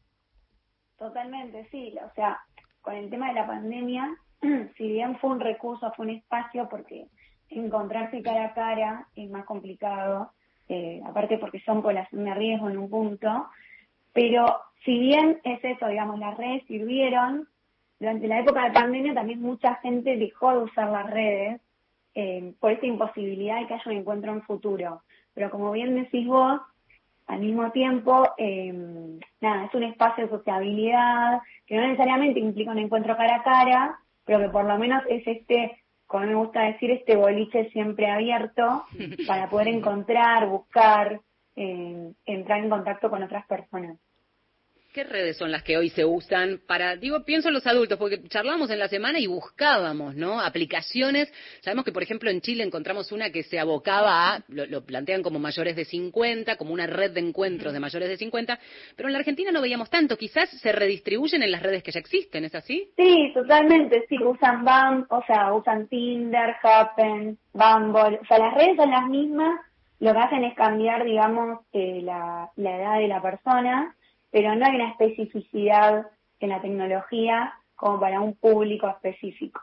Totalmente, sí. O sea, con el tema de la pandemia, si bien fue un recurso, fue un espacio porque encontrarse cara a cara es más complicado, eh, aparte porque son población de riesgo en un punto, pero si bien es eso, digamos, las redes sirvieron, durante la época de pandemia también mucha gente dejó de usar las redes eh, por esta imposibilidad de que haya un encuentro en futuro. Pero como bien decís vos, al mismo tiempo, eh, nada, es un espacio de sociabilidad que no necesariamente implica un encuentro cara a cara, pero que por lo menos es este, como me gusta decir, este boliche siempre abierto para poder encontrar, buscar, eh, entrar en contacto con otras personas. ¿Qué redes son las que hoy se usan para, digo, pienso en los adultos, porque charlábamos en la semana y buscábamos, ¿no? Aplicaciones. Sabemos que, por ejemplo, en Chile encontramos una que se abocaba a, lo, lo plantean como mayores de cincuenta, como una red de encuentros de mayores de cincuenta, pero en la Argentina no veíamos tanto. Quizás se redistribuyen en las redes que ya existen, ¿es así? Sí, totalmente, sí. Usan Bumble, o sea, usan Tinder, Happen, Bumble. O sea, las redes son las mismas. Lo que hacen es cambiar, digamos, eh, la, la edad de la persona, pero no hay una especificidad en la tecnología como para un público específico.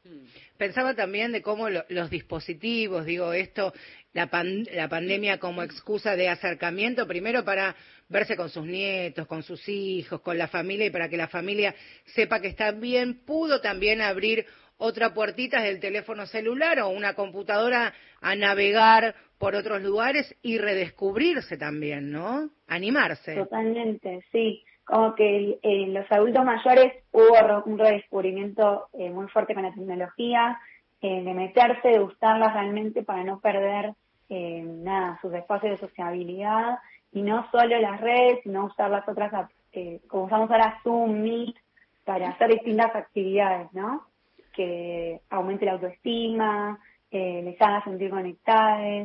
Pensaba también de cómo lo, los dispositivos, digo, esto, la, pan, la pandemia como excusa de acercamiento, primero para verse con sus nietos, con sus hijos, con la familia, y para que la familia sepa que está bien, pudo también abrir otra puertita del teléfono celular o una computadora a navegar por otros lugares y redescubrirse también, ¿no? Animarse. Totalmente, sí. Como que en los adultos mayores hubo un redescubrimiento eh, muy fuerte con la tecnología, eh, de meterse, de usarla realmente para no perder eh, nada, sus espacios de sociabilidad, y no solo las redes, sino usar las otras, eh, como usamos ahora Zoom, Meet, para hacer distintas actividades, ¿no? Que aumente la autoestima, eh, les haga sentir conectadas.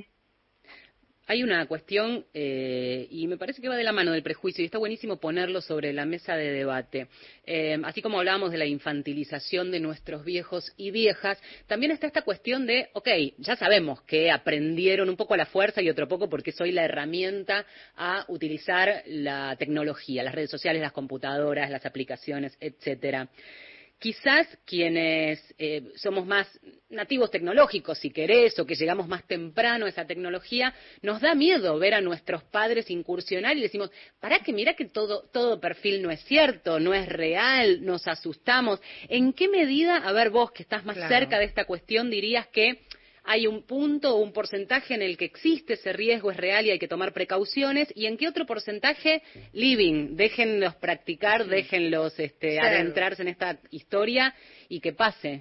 Hay una cuestión, eh, y me parece que va de la mano del prejuicio, y está buenísimo ponerlo sobre la mesa de debate. Eh, así como hablábamos de la infantilización de nuestros viejos y viejas, también está esta cuestión de, ok, ya sabemos que aprendieron un poco a la fuerza y otro poco porque soy la herramienta a utilizar la tecnología, las redes sociales, las computadoras, las aplicaciones, etcétera. Quizás quienes eh, somos más nativos tecnológicos, si querés, o que llegamos más temprano a esa tecnología, nos da miedo ver a nuestros padres incursionar y decimos, pará que mira que todo, todo perfil no es cierto, no es real, nos asustamos. ¿En qué medida, a ver vos que estás más Claro. cerca de esta cuestión, dirías que hay un punto o un porcentaje en el que existe ese riesgo, es real y hay que tomar precauciones? ¿Y en qué otro porcentaje, living, déjenlos practicar, déjenlos este, Ser. adentrarse en esta historia y que pase?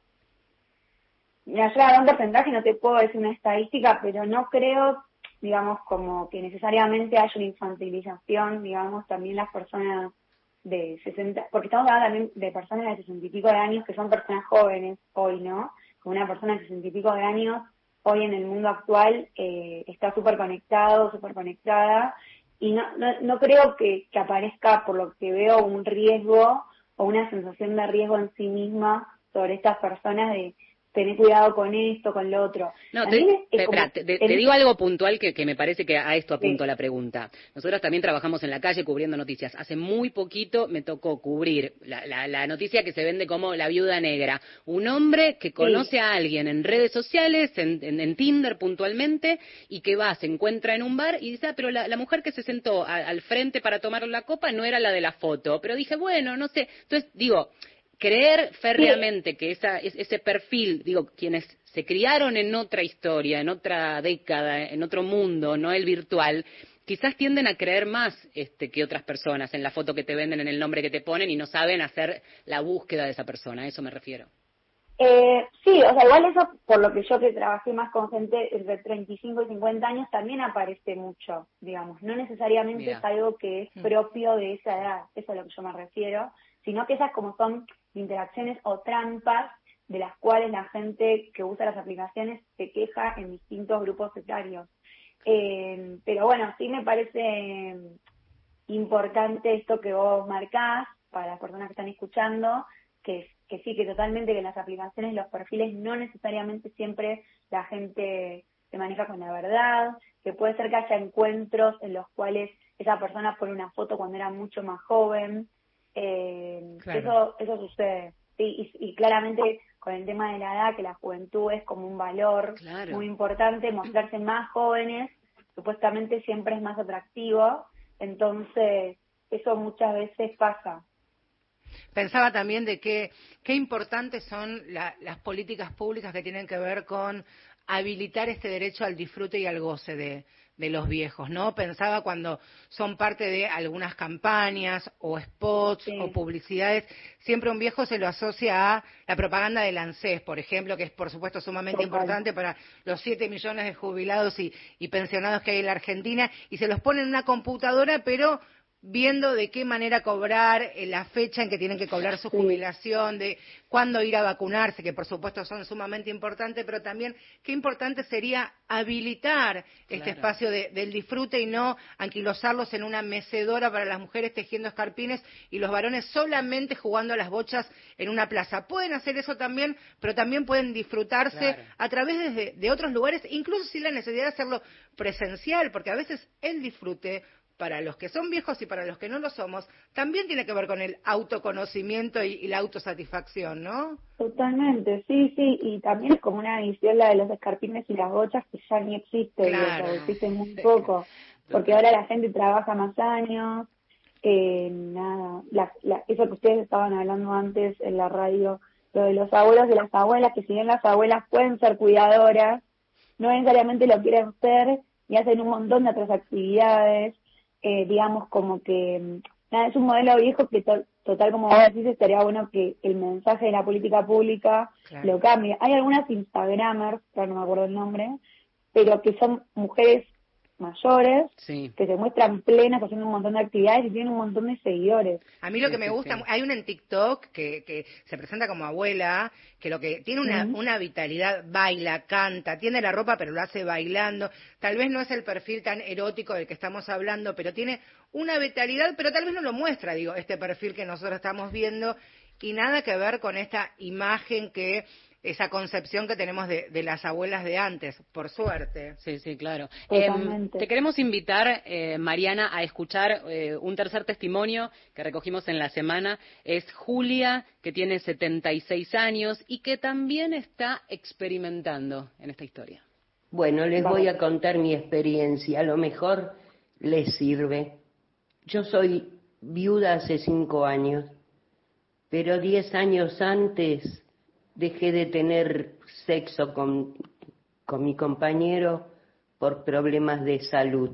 Mira, yo la verdad un porcentaje no te puedo decir una estadística, pero no creo, digamos, como que necesariamente haya una infantilización, digamos, también las personas de sesenta, porque estamos hablando también de personas de sesenta y pico de años que son personas jóvenes hoy, ¿no? Como una persona de sesenta y pico de años hoy en el mundo actual eh, está súper conectado, súper conectada, y no, no, no creo que, que aparezca, por lo que veo, un riesgo o una sensación de riesgo en sí misma sobre estas personas de, tener cuidado con esto, con lo otro. No, te, También es te, como- espera, te- te- en- te digo algo puntual que, que me parece que a esto apunto Sí. la pregunta. Nosotros también trabajamos en la calle cubriendo noticias. Hace muy poquito me tocó cubrir la, la, la noticia que se vende como la viuda negra. Un hombre que conoce a alguien en redes sociales, en, en, en Tinder puntualmente, y que va, se encuentra en un bar y dice, ah, pero la, la mujer que se sentó a- al frente para tomar la copa no era la de la foto. Pero dije, bueno, no sé. Entonces, digo, creer férreamente que esa, es- ese perfil, digo, quienes se criaron en otra historia, en otra década, en otro mundo, no el virtual, quizás tienden a creer más este, que otras personas en la foto que te venden, en el nombre que te ponen y no saben hacer la búsqueda de esa persona. A eso me refiero. Eh, sí, o sea, igual eso, por lo que yo que trabajé más con gente entre treinta y cinco y cincuenta años, también aparece mucho, digamos. No necesariamente Mira. es algo que es propio de esa edad, eso es a lo que yo me refiero, sino que esas como son interacciones o trampas de las cuales la gente que usa las aplicaciones se queja en distintos grupos etarios. Eh, pero bueno, sí me parece importante esto que vos marcás para las personas que están escuchando, que, que sí, que totalmente que en las aplicaciones, los perfiles, no necesariamente siempre la gente se maneja con la verdad, que puede ser que haya encuentros en los cuales esa persona pone una foto cuando era mucho más joven. Eh, Claro. eso eso sucede. Sí, y, y claramente con el tema de la edad, que la juventud es como un valor Claro. muy importante, mostrarse más jóvenes, supuestamente siempre es más atractivo, entonces eso muchas veces pasa. Pensaba también de que qué importantes son la- las políticas públicas que tienen que ver con habilitar este derecho al disfrute y al goce de, de los viejos, ¿no? Pensaba cuando son parte de algunas campañas o spots Sí. o publicidades, siempre un viejo se lo asocia a la propaganda del ANSES, por ejemplo, que es por supuesto sumamente Total. importante para los siete millones de jubilados y, y pensionados que hay en la Argentina, y se los pone en una computadora, pero viendo de qué manera cobrar, eh, la fecha en que tienen que cobrar su jubilación, de cuándo ir a vacunarse, que por supuesto son sumamente importantes, pero también qué importante sería habilitar este Claro. espacio de- del disfrute y no anquilosarlos en una mecedora para las mujeres tejiendo escarpines y los varones solamente jugando a las bochas en una plaza. Pueden hacer eso también, pero también pueden disfrutarse Claro. a través de, de otros lugares, incluso sin la necesidad de hacerlo presencial, porque a veces el disfrute, para los que son viejos y para los que no lo somos, también tiene que ver con el autoconocimiento y, y la autosatisfacción, ¿no? Totalmente, sí, sí, y también es como una visión la de los escarpines y las bochas que ya ni existe, Claro. o existe muy poco, porque ahora la gente trabaja más años, eh, nada, la, la, eso que ustedes estaban hablando antes en la radio, lo de los abuelos y las abuelas, que si bien las abuelas pueden ser cuidadoras, no necesariamente lo quieren ser y hacen un montón de otras actividades, eh, digamos como que mm, nada, es un modelo viejo que to- total, como vos decís, estaría bueno que el mensaje de la política pública Claro. lo cambie. Hay algunas instagramers, ya no me acuerdo el nombre, pero que son mujeres mayores, Sí. que se muestran plenas haciendo un montón de actividades y tienen un montón de seguidores. A mí lo Sí, que me sí, gusta, sí. hay una en TikTok que, que se presenta como abuela, que lo que tiene una, Ujú. una vitalidad, baila, canta, tiene la ropa pero lo hace bailando, tal vez no es el perfil tan erótico del que estamos hablando, pero tiene una vitalidad, pero tal vez no lo muestra, digo, este perfil que nosotros estamos viendo, y nada que ver con esta imagen que, esa concepción que tenemos de, de las abuelas de antes, por suerte. Sí, sí, claro. Totalmente. Eh, te queremos invitar, eh, Mariana, a escuchar eh, un tercer testimonio que recogimos en la semana. Es Julia, que tiene setenta y seis años y que también está experimentando en esta historia. Bueno, les Vamos. voy a contar mi experiencia, a lo mejor les sirve. Yo soy viuda hace cinco años, pero diez años antes dejé de tener sexo con, con mi compañero por problemas de salud.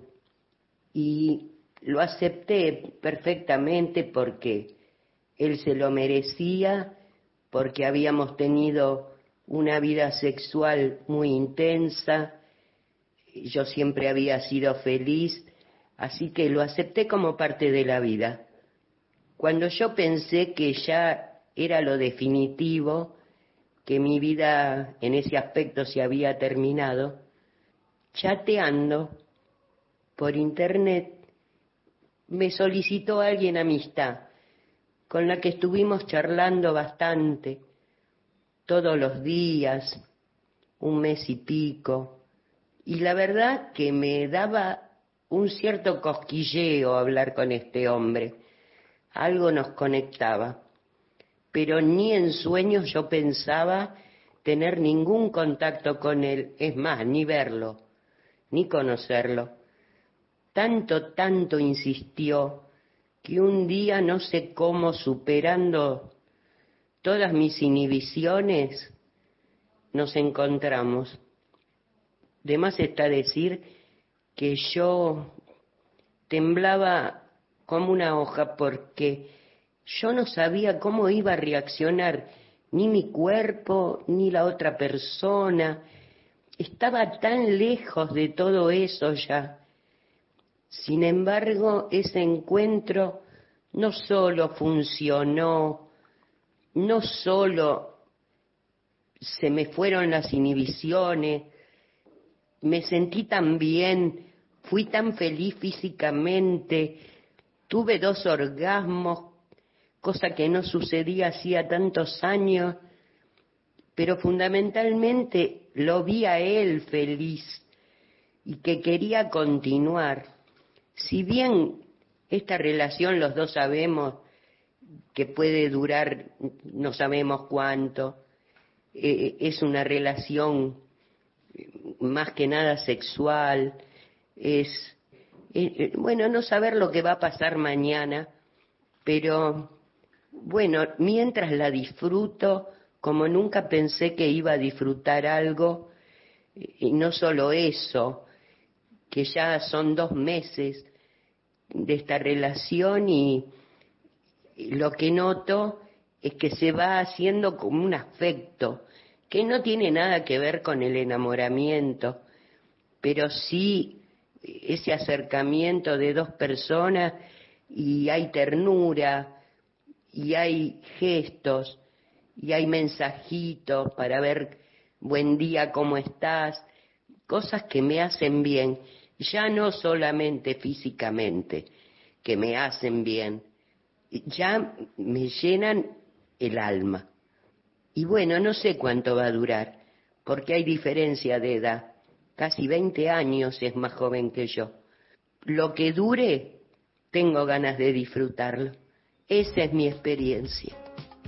Y lo acepté perfectamente porque él se lo merecía, porque habíamos tenido una vida sexual muy intensa, yo siempre había sido feliz, así que lo acepté como parte de la vida. Cuando yo pensé que ya era lo definitivo, que mi vida en ese aspecto se había terminado, chateando por internet me solicitó alguien amistad, con la que estuvimos charlando bastante. todos los días, un mes y pico, y la verdad que me daba un cierto cosquilleo hablar con este hombre. Algo nos conectaba, pero ni en sueños yo pensaba tener ningún contacto con él, es más, ni verlo, ni conocerlo. Tanto, tanto insistió que un día, no sé cómo, superando todas mis inhibiciones, nos encontramos. De más está decir que yo temblaba como una hoja porque yo no sabía cómo iba a reaccionar ni mi cuerpo ni la otra persona. Estaba tan lejos de todo eso ya. Sin embargo, ese encuentro no solo funcionó, no solo se me fueron las inhibiciones, me sentí tan bien, fui tan feliz físicamente, tuve dos orgasmos, cosa que no sucedía hacía tantos años, pero fundamentalmente lo vi a él feliz y que quería continuar. Si bien esta relación los dos sabemos que puede durar no sabemos cuánto, eh, es una relación más que nada sexual, es, eh, bueno, no saber lo que va a pasar mañana, pero bueno, mientras la disfruto, como nunca pensé que iba a disfrutar algo, y no solo eso, que ya son dos meses de esta relación y lo que noto es que se va haciendo como un afecto, que no tiene nada que ver con el enamoramiento, pero sí ese acercamiento de dos personas y hay ternura, y hay gestos, y hay mensajitos para ver buen día, ¿cómo estás? Cosas que me hacen bien, ya no solamente físicamente, que me hacen bien, ya me llenan el alma. Y bueno, no sé cuánto va a durar, porque hay diferencia de edad, casi veinte años es más joven que yo. Lo que dure, tengo ganas de disfrutarlo. Esa es mi experiencia.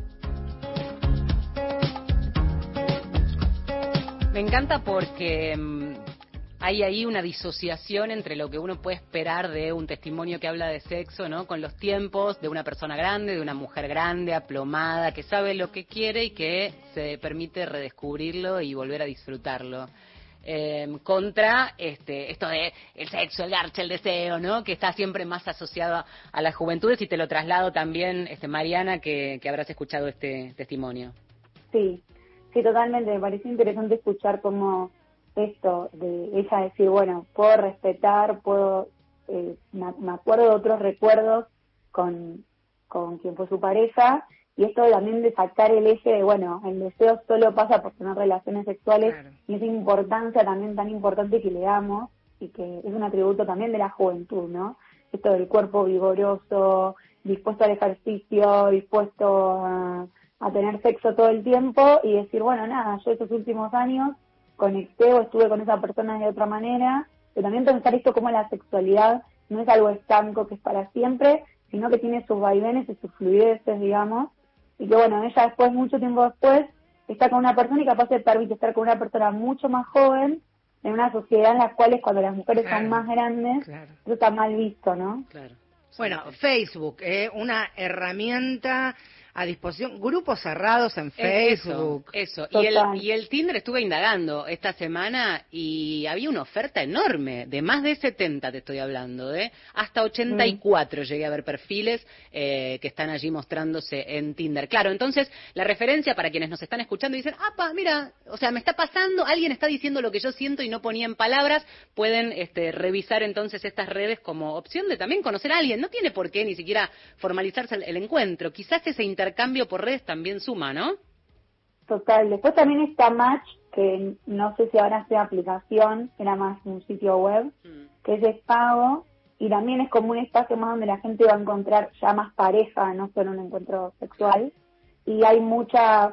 Me encanta porque mmm, hay ahí una disociación entre lo que uno puede esperar de un testimonio que habla de sexo, ¿no? Con los tiempos de una persona grande, de una mujer grande, aplomada, que sabe lo que quiere y que se permite redescubrirlo y volver a disfrutarlo. Eh, contra este esto de el sexo, el garche, el deseo, ¿no? Que está siempre más asociado a, a las juventudes, y te lo traslado también, este Mariana, que, que habrás escuchado este testimonio. Sí, sí, totalmente. Me pareció interesante escuchar cómo esto de ella decir, bueno, puedo respetar, puedo, eh, me, me acuerdo de otros recuerdos con, con quien fue su pareja, y esto también de sacar el eje de, bueno, el deseo solo pasa por tener relaciones sexuales, claro. Y esa importancia también tan importante que le damos, y que es un atributo también de la juventud, ¿no? Esto del cuerpo vigoroso, dispuesto al ejercicio, dispuesto a, a tener sexo todo el tiempo, y decir, bueno, nada, yo estos últimos años conecté o estuve con esa persona de otra manera, pero también pensar esto como la sexualidad no es algo estanco que es para siempre, sino que tiene sus vaivenes y sus fluideces, digamos, y que bueno, ella después, mucho tiempo después, está con una persona y capaz se permite estar con una persona mucho más joven, en una sociedad en la cual cuando las mujeres claro, son más grandes, claro. Eso está mal visto, ¿no? Claro. Bueno, Facebook, eh, una herramienta a disposición, grupos cerrados en Facebook. Eso, eso. Y el, y el Tinder estuve indagando esta semana y había una oferta enorme, de más de setenta te estoy hablando, ¿eh? Hasta ochenta y cuatro mm. llegué a ver perfiles eh, que están allí mostrándose en Tinder. Claro, entonces, la referencia para quienes nos están escuchando y dicen, apa, mira, o sea, me está pasando, alguien está diciendo lo que yo siento y no ponía en palabras, pueden este, revisar entonces estas redes como opción de también conocer a alguien. No tiene por qué ni siquiera formalizarse el, el encuentro. Quizás ese intercambio cambio por redes también suma, ¿no? Total. Después también está Match, que no sé si ahora sea aplicación, era más un sitio web, mm. que es de pago, y también es como un espacio más donde la gente va a encontrar ya más pareja, no solo un encuentro sexual, y hay mucha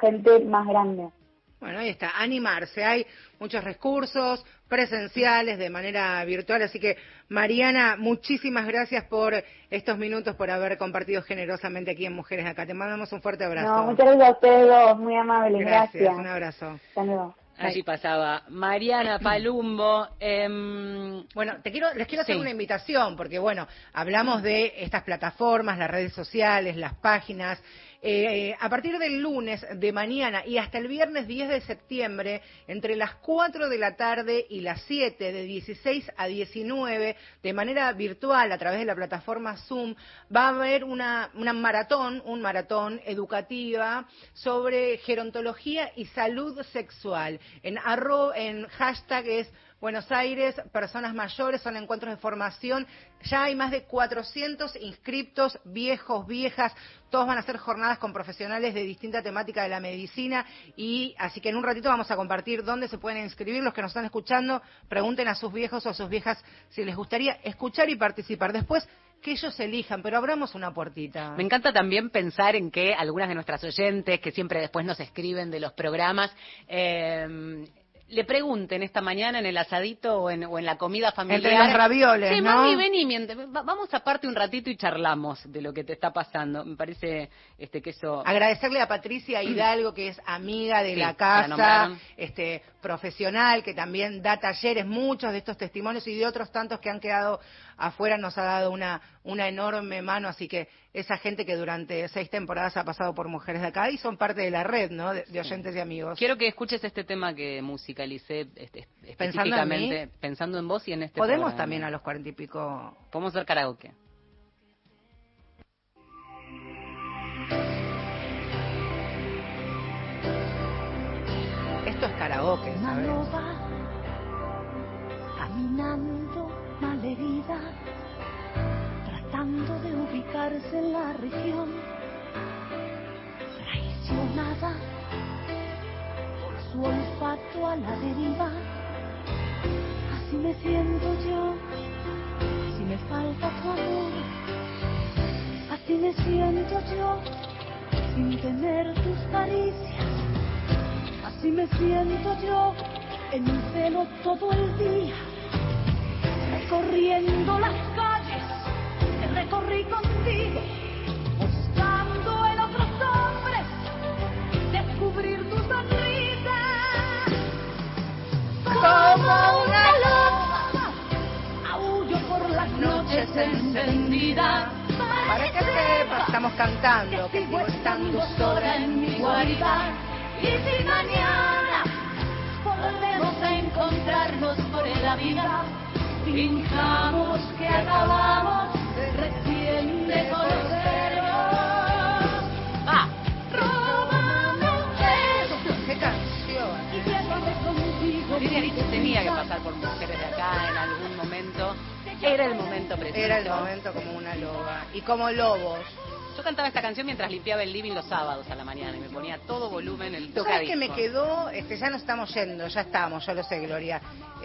gente más grande. Bueno, ahí está, animarse. Hay muchos recursos presenciales, de manera virtual, así que Mariana, muchísimas gracias por estos minutos, por haber compartido generosamente aquí en Mujeres Acá. Te mandamos un fuerte abrazo. No, muchas gracias a ustedes dos, muy amables, gracias. gracias. Un abrazo. Hasta luego. Allí pasaba Mariana Palumbo. Eh, bueno, te quiero, les quiero hacer sí. una invitación, porque bueno, hablamos de estas plataformas, las redes sociales, las páginas. Eh, a partir del lunes de mañana y hasta el viernes diez de septiembre, entre las cuatro de la tarde y las siete, de dieciséis a diecinueve, de manera virtual a través de la plataforma Zoom, va a haber una, una maratón, un maratón educativa sobre gerontología y salud sexual. En, arro, en hashtag es Buenos Aires, personas mayores, son encuentros de formación. Ya hay más de cuatrocientos inscriptos, viejos, viejas. Todos van a ser jornadas con profesionales de distinta temática de la medicina. Y así que en un ratito vamos a compartir dónde se pueden inscribir. Los que nos están escuchando, pregunten a sus viejos o a sus viejas si les gustaría escuchar y participar. Después, que ellos elijan, pero abramos una puertita. Me encanta también pensar en que algunas de nuestras oyentes, que siempre después nos escriben de los programas, eh, le pregunten esta mañana en el asadito o en, o en la comida familiar. Entre los ravioles, sí, ¿no? Mami, ven y miente, vamos aparte un ratito y charlamos de lo que te está pasando. Me parece este que eso... Agradecerle a Patricia Hidalgo, que es amiga de sí, la casa, este profesional, que también da talleres, muchos de estos testimonios y de otros tantos que han quedado afuera, nos ha dado una, una enorme mano, así que esa gente que durante seis temporadas ha pasado por Mujeres de Acá y son parte de la red, ¿no?, de, de oyentes y amigos. Quiero que escuches este tema que musicalicé este, ¿Pensando en mí? Pensando en vos y en este Podemos programa. También a los cuarenta y pico. Podemos hacer karaoke. Esto es karaoke, ¿sabes? Caminando malherida, tratando de ubicarse en la región, traicionada por su olfato a la deriva. Así me siento yo, si me falta tu amor. Así me siento yo, sin tener tus caricias. Así me siento yo, en mi celo todo el día, recorriendo las calles que recorrí contigo, buscando en otros hombres descubrir tu sonrisa. Como una loba, aullo por las noches encendidas. Para que sepas, estamos cantando, que sigo estando sola en mi guarida. Y si mañana volvemos a encontrarnos por la vida, fijamos que acabamos recién de conocernos. ¡Va! Robamos besos. ¡Qué canción! Y llévame contigo. Lidia Licho tenía que pasar por Mujeres de Acá en algún momento. Era el momento preciso. Era el momento como una loba. Y como lobos. Yo cantaba esta canción mientras limpiaba el living los sábados a la mañana y me ponía todo volumen el ¿Tú sabes tocadiscos. que me quedó? Este, ya nos estamos yendo, ya estamos, ya lo sé, Gloria.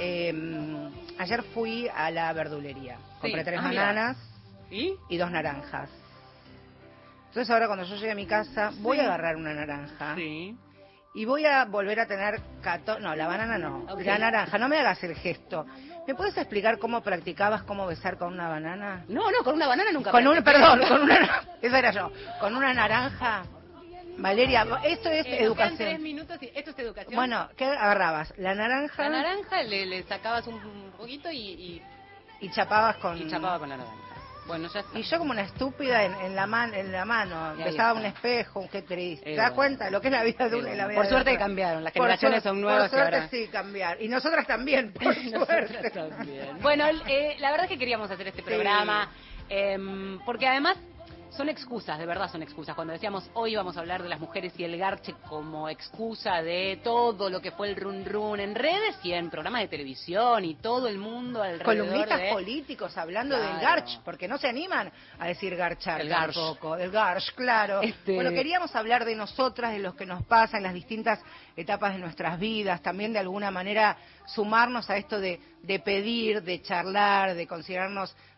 Eh, ayer fui a la verdulería. Compré Sí. tres Ah, bananas ¿Y? y dos naranjas. Entonces ahora cuando yo llegue a mi casa voy a agarrar una naranja. Sí. Y voy a volver a tener catorce... No, la banana no, Okay. la naranja. No me hagas el gesto. ¿Me puedes explicar cómo practicabas cómo besar con una banana? No, no, con una banana nunca. Con un, practiqué. perdón, con una... Esa era yo. Con una naranja. Valeria, esto es Eh, nos quedan educación. tres minutos y esto es educación. Bueno, ¿qué agarrabas? La naranja... La naranja le, le sacabas un, un poquito y, y... Y chapabas con... Y chapaba con la naranja. Bueno, ya está. Y yo como una estúpida en, en la, man, en la mano, Y ahí besaba está. un espejo, qué triste. ¿Te Eh, das bueno. cuenta lo que es la vida de Eh, una y bueno. la vida Por de suerte otra? cambiaron, las Por generaciones suerte- son nuevas y Por suerte ahora- sí, cambiar. Y nosotras también, por suerte. También. Bueno, eh, la verdad es que queríamos hacer este programa, eh, porque además son excusas, de verdad son excusas. Cuando decíamos hoy vamos a hablar de las mujeres y el garche como excusa de todo lo que fue el run run en redes y en programas de televisión y todo el mundo alrededor Columnistas de... políticos hablando Claro. del garch, porque no se animan a decir garchar El garch. tampoco. Del garch, claro. Este- Bueno, queríamos hablar de nosotras, de lo que nos pasa en las distintas etapas de nuestras vidas, también de alguna manera sumarnos a esto de, de pedir, de charlar, de considerarnos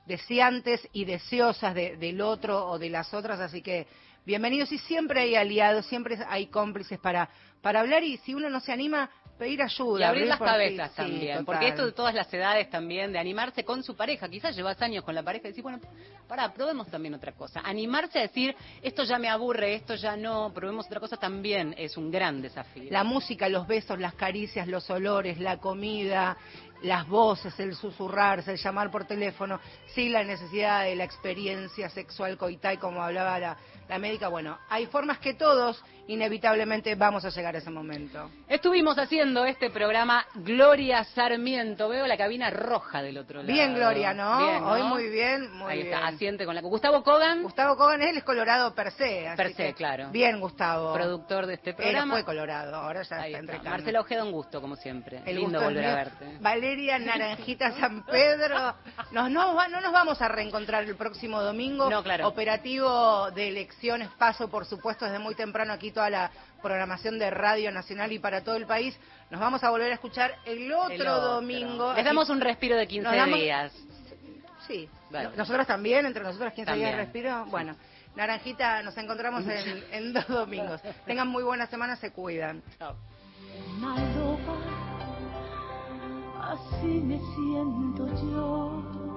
deseantes y deseosas de, del otro o de las otras, así que bienvenidos. Y siempre hay aliados, siempre hay cómplices para, para hablar, y si uno no se anima, pedir ayuda. Y abrir las porque, cabezas sí, también, total. porque esto de todas las edades también, de animarse con su pareja. Quizás llevas años con la pareja y decís, bueno, pará, probemos también otra cosa. Animarse a decir, esto ya me aburre, esto ya no, probemos otra cosa, también es un gran desafío. La música, los besos, las caricias, los olores, la comida, las voces, el susurrarse, el llamar por teléfono, sí, la necesidad de la experiencia sexual coital, como hablaba la, la médica. Bueno, hay formas que todos inevitablemente vamos a llegar a ese momento. Estuvimos haciendo este programa Gloria Sarmiento. Veo la cabina roja del otro lado. Bien, Gloria, ¿no? Bien, ¿no? Hoy muy bien, muy Ahí bien. está, asiente con la... Gustavo Kogan. Gustavo Kogan, él es colorado per se. Así Per se, que, claro. Bien, Gustavo. Productor de este Él programa. fue colorado, ahora ya Ahí está entre está. canas. Marcela Ojeda, un gusto, como siempre. El Lindo gusto es volver a mío. verte. Valeria Naranjita San Pedro. Nos, no, va- no nos vamos a reencontrar el próximo domingo. No, claro. Operativo de elecciones, paso, por supuesto, desde muy temprano aquí toda la programación de Radio Nacional y para todo el país. Nos vamos a volver a escuchar el otro, El otro. domingo. Les Aquí- damos un respiro de quince Nos damos- días. Sí. Vale. No- Nosotros también, entre nosotros quince días de También. respiro. Bueno, Naranjita, nos encontramos en, en dos domingos. Tengan muy buena semana, se cuidan. Chao. Una loba, así me siento yo.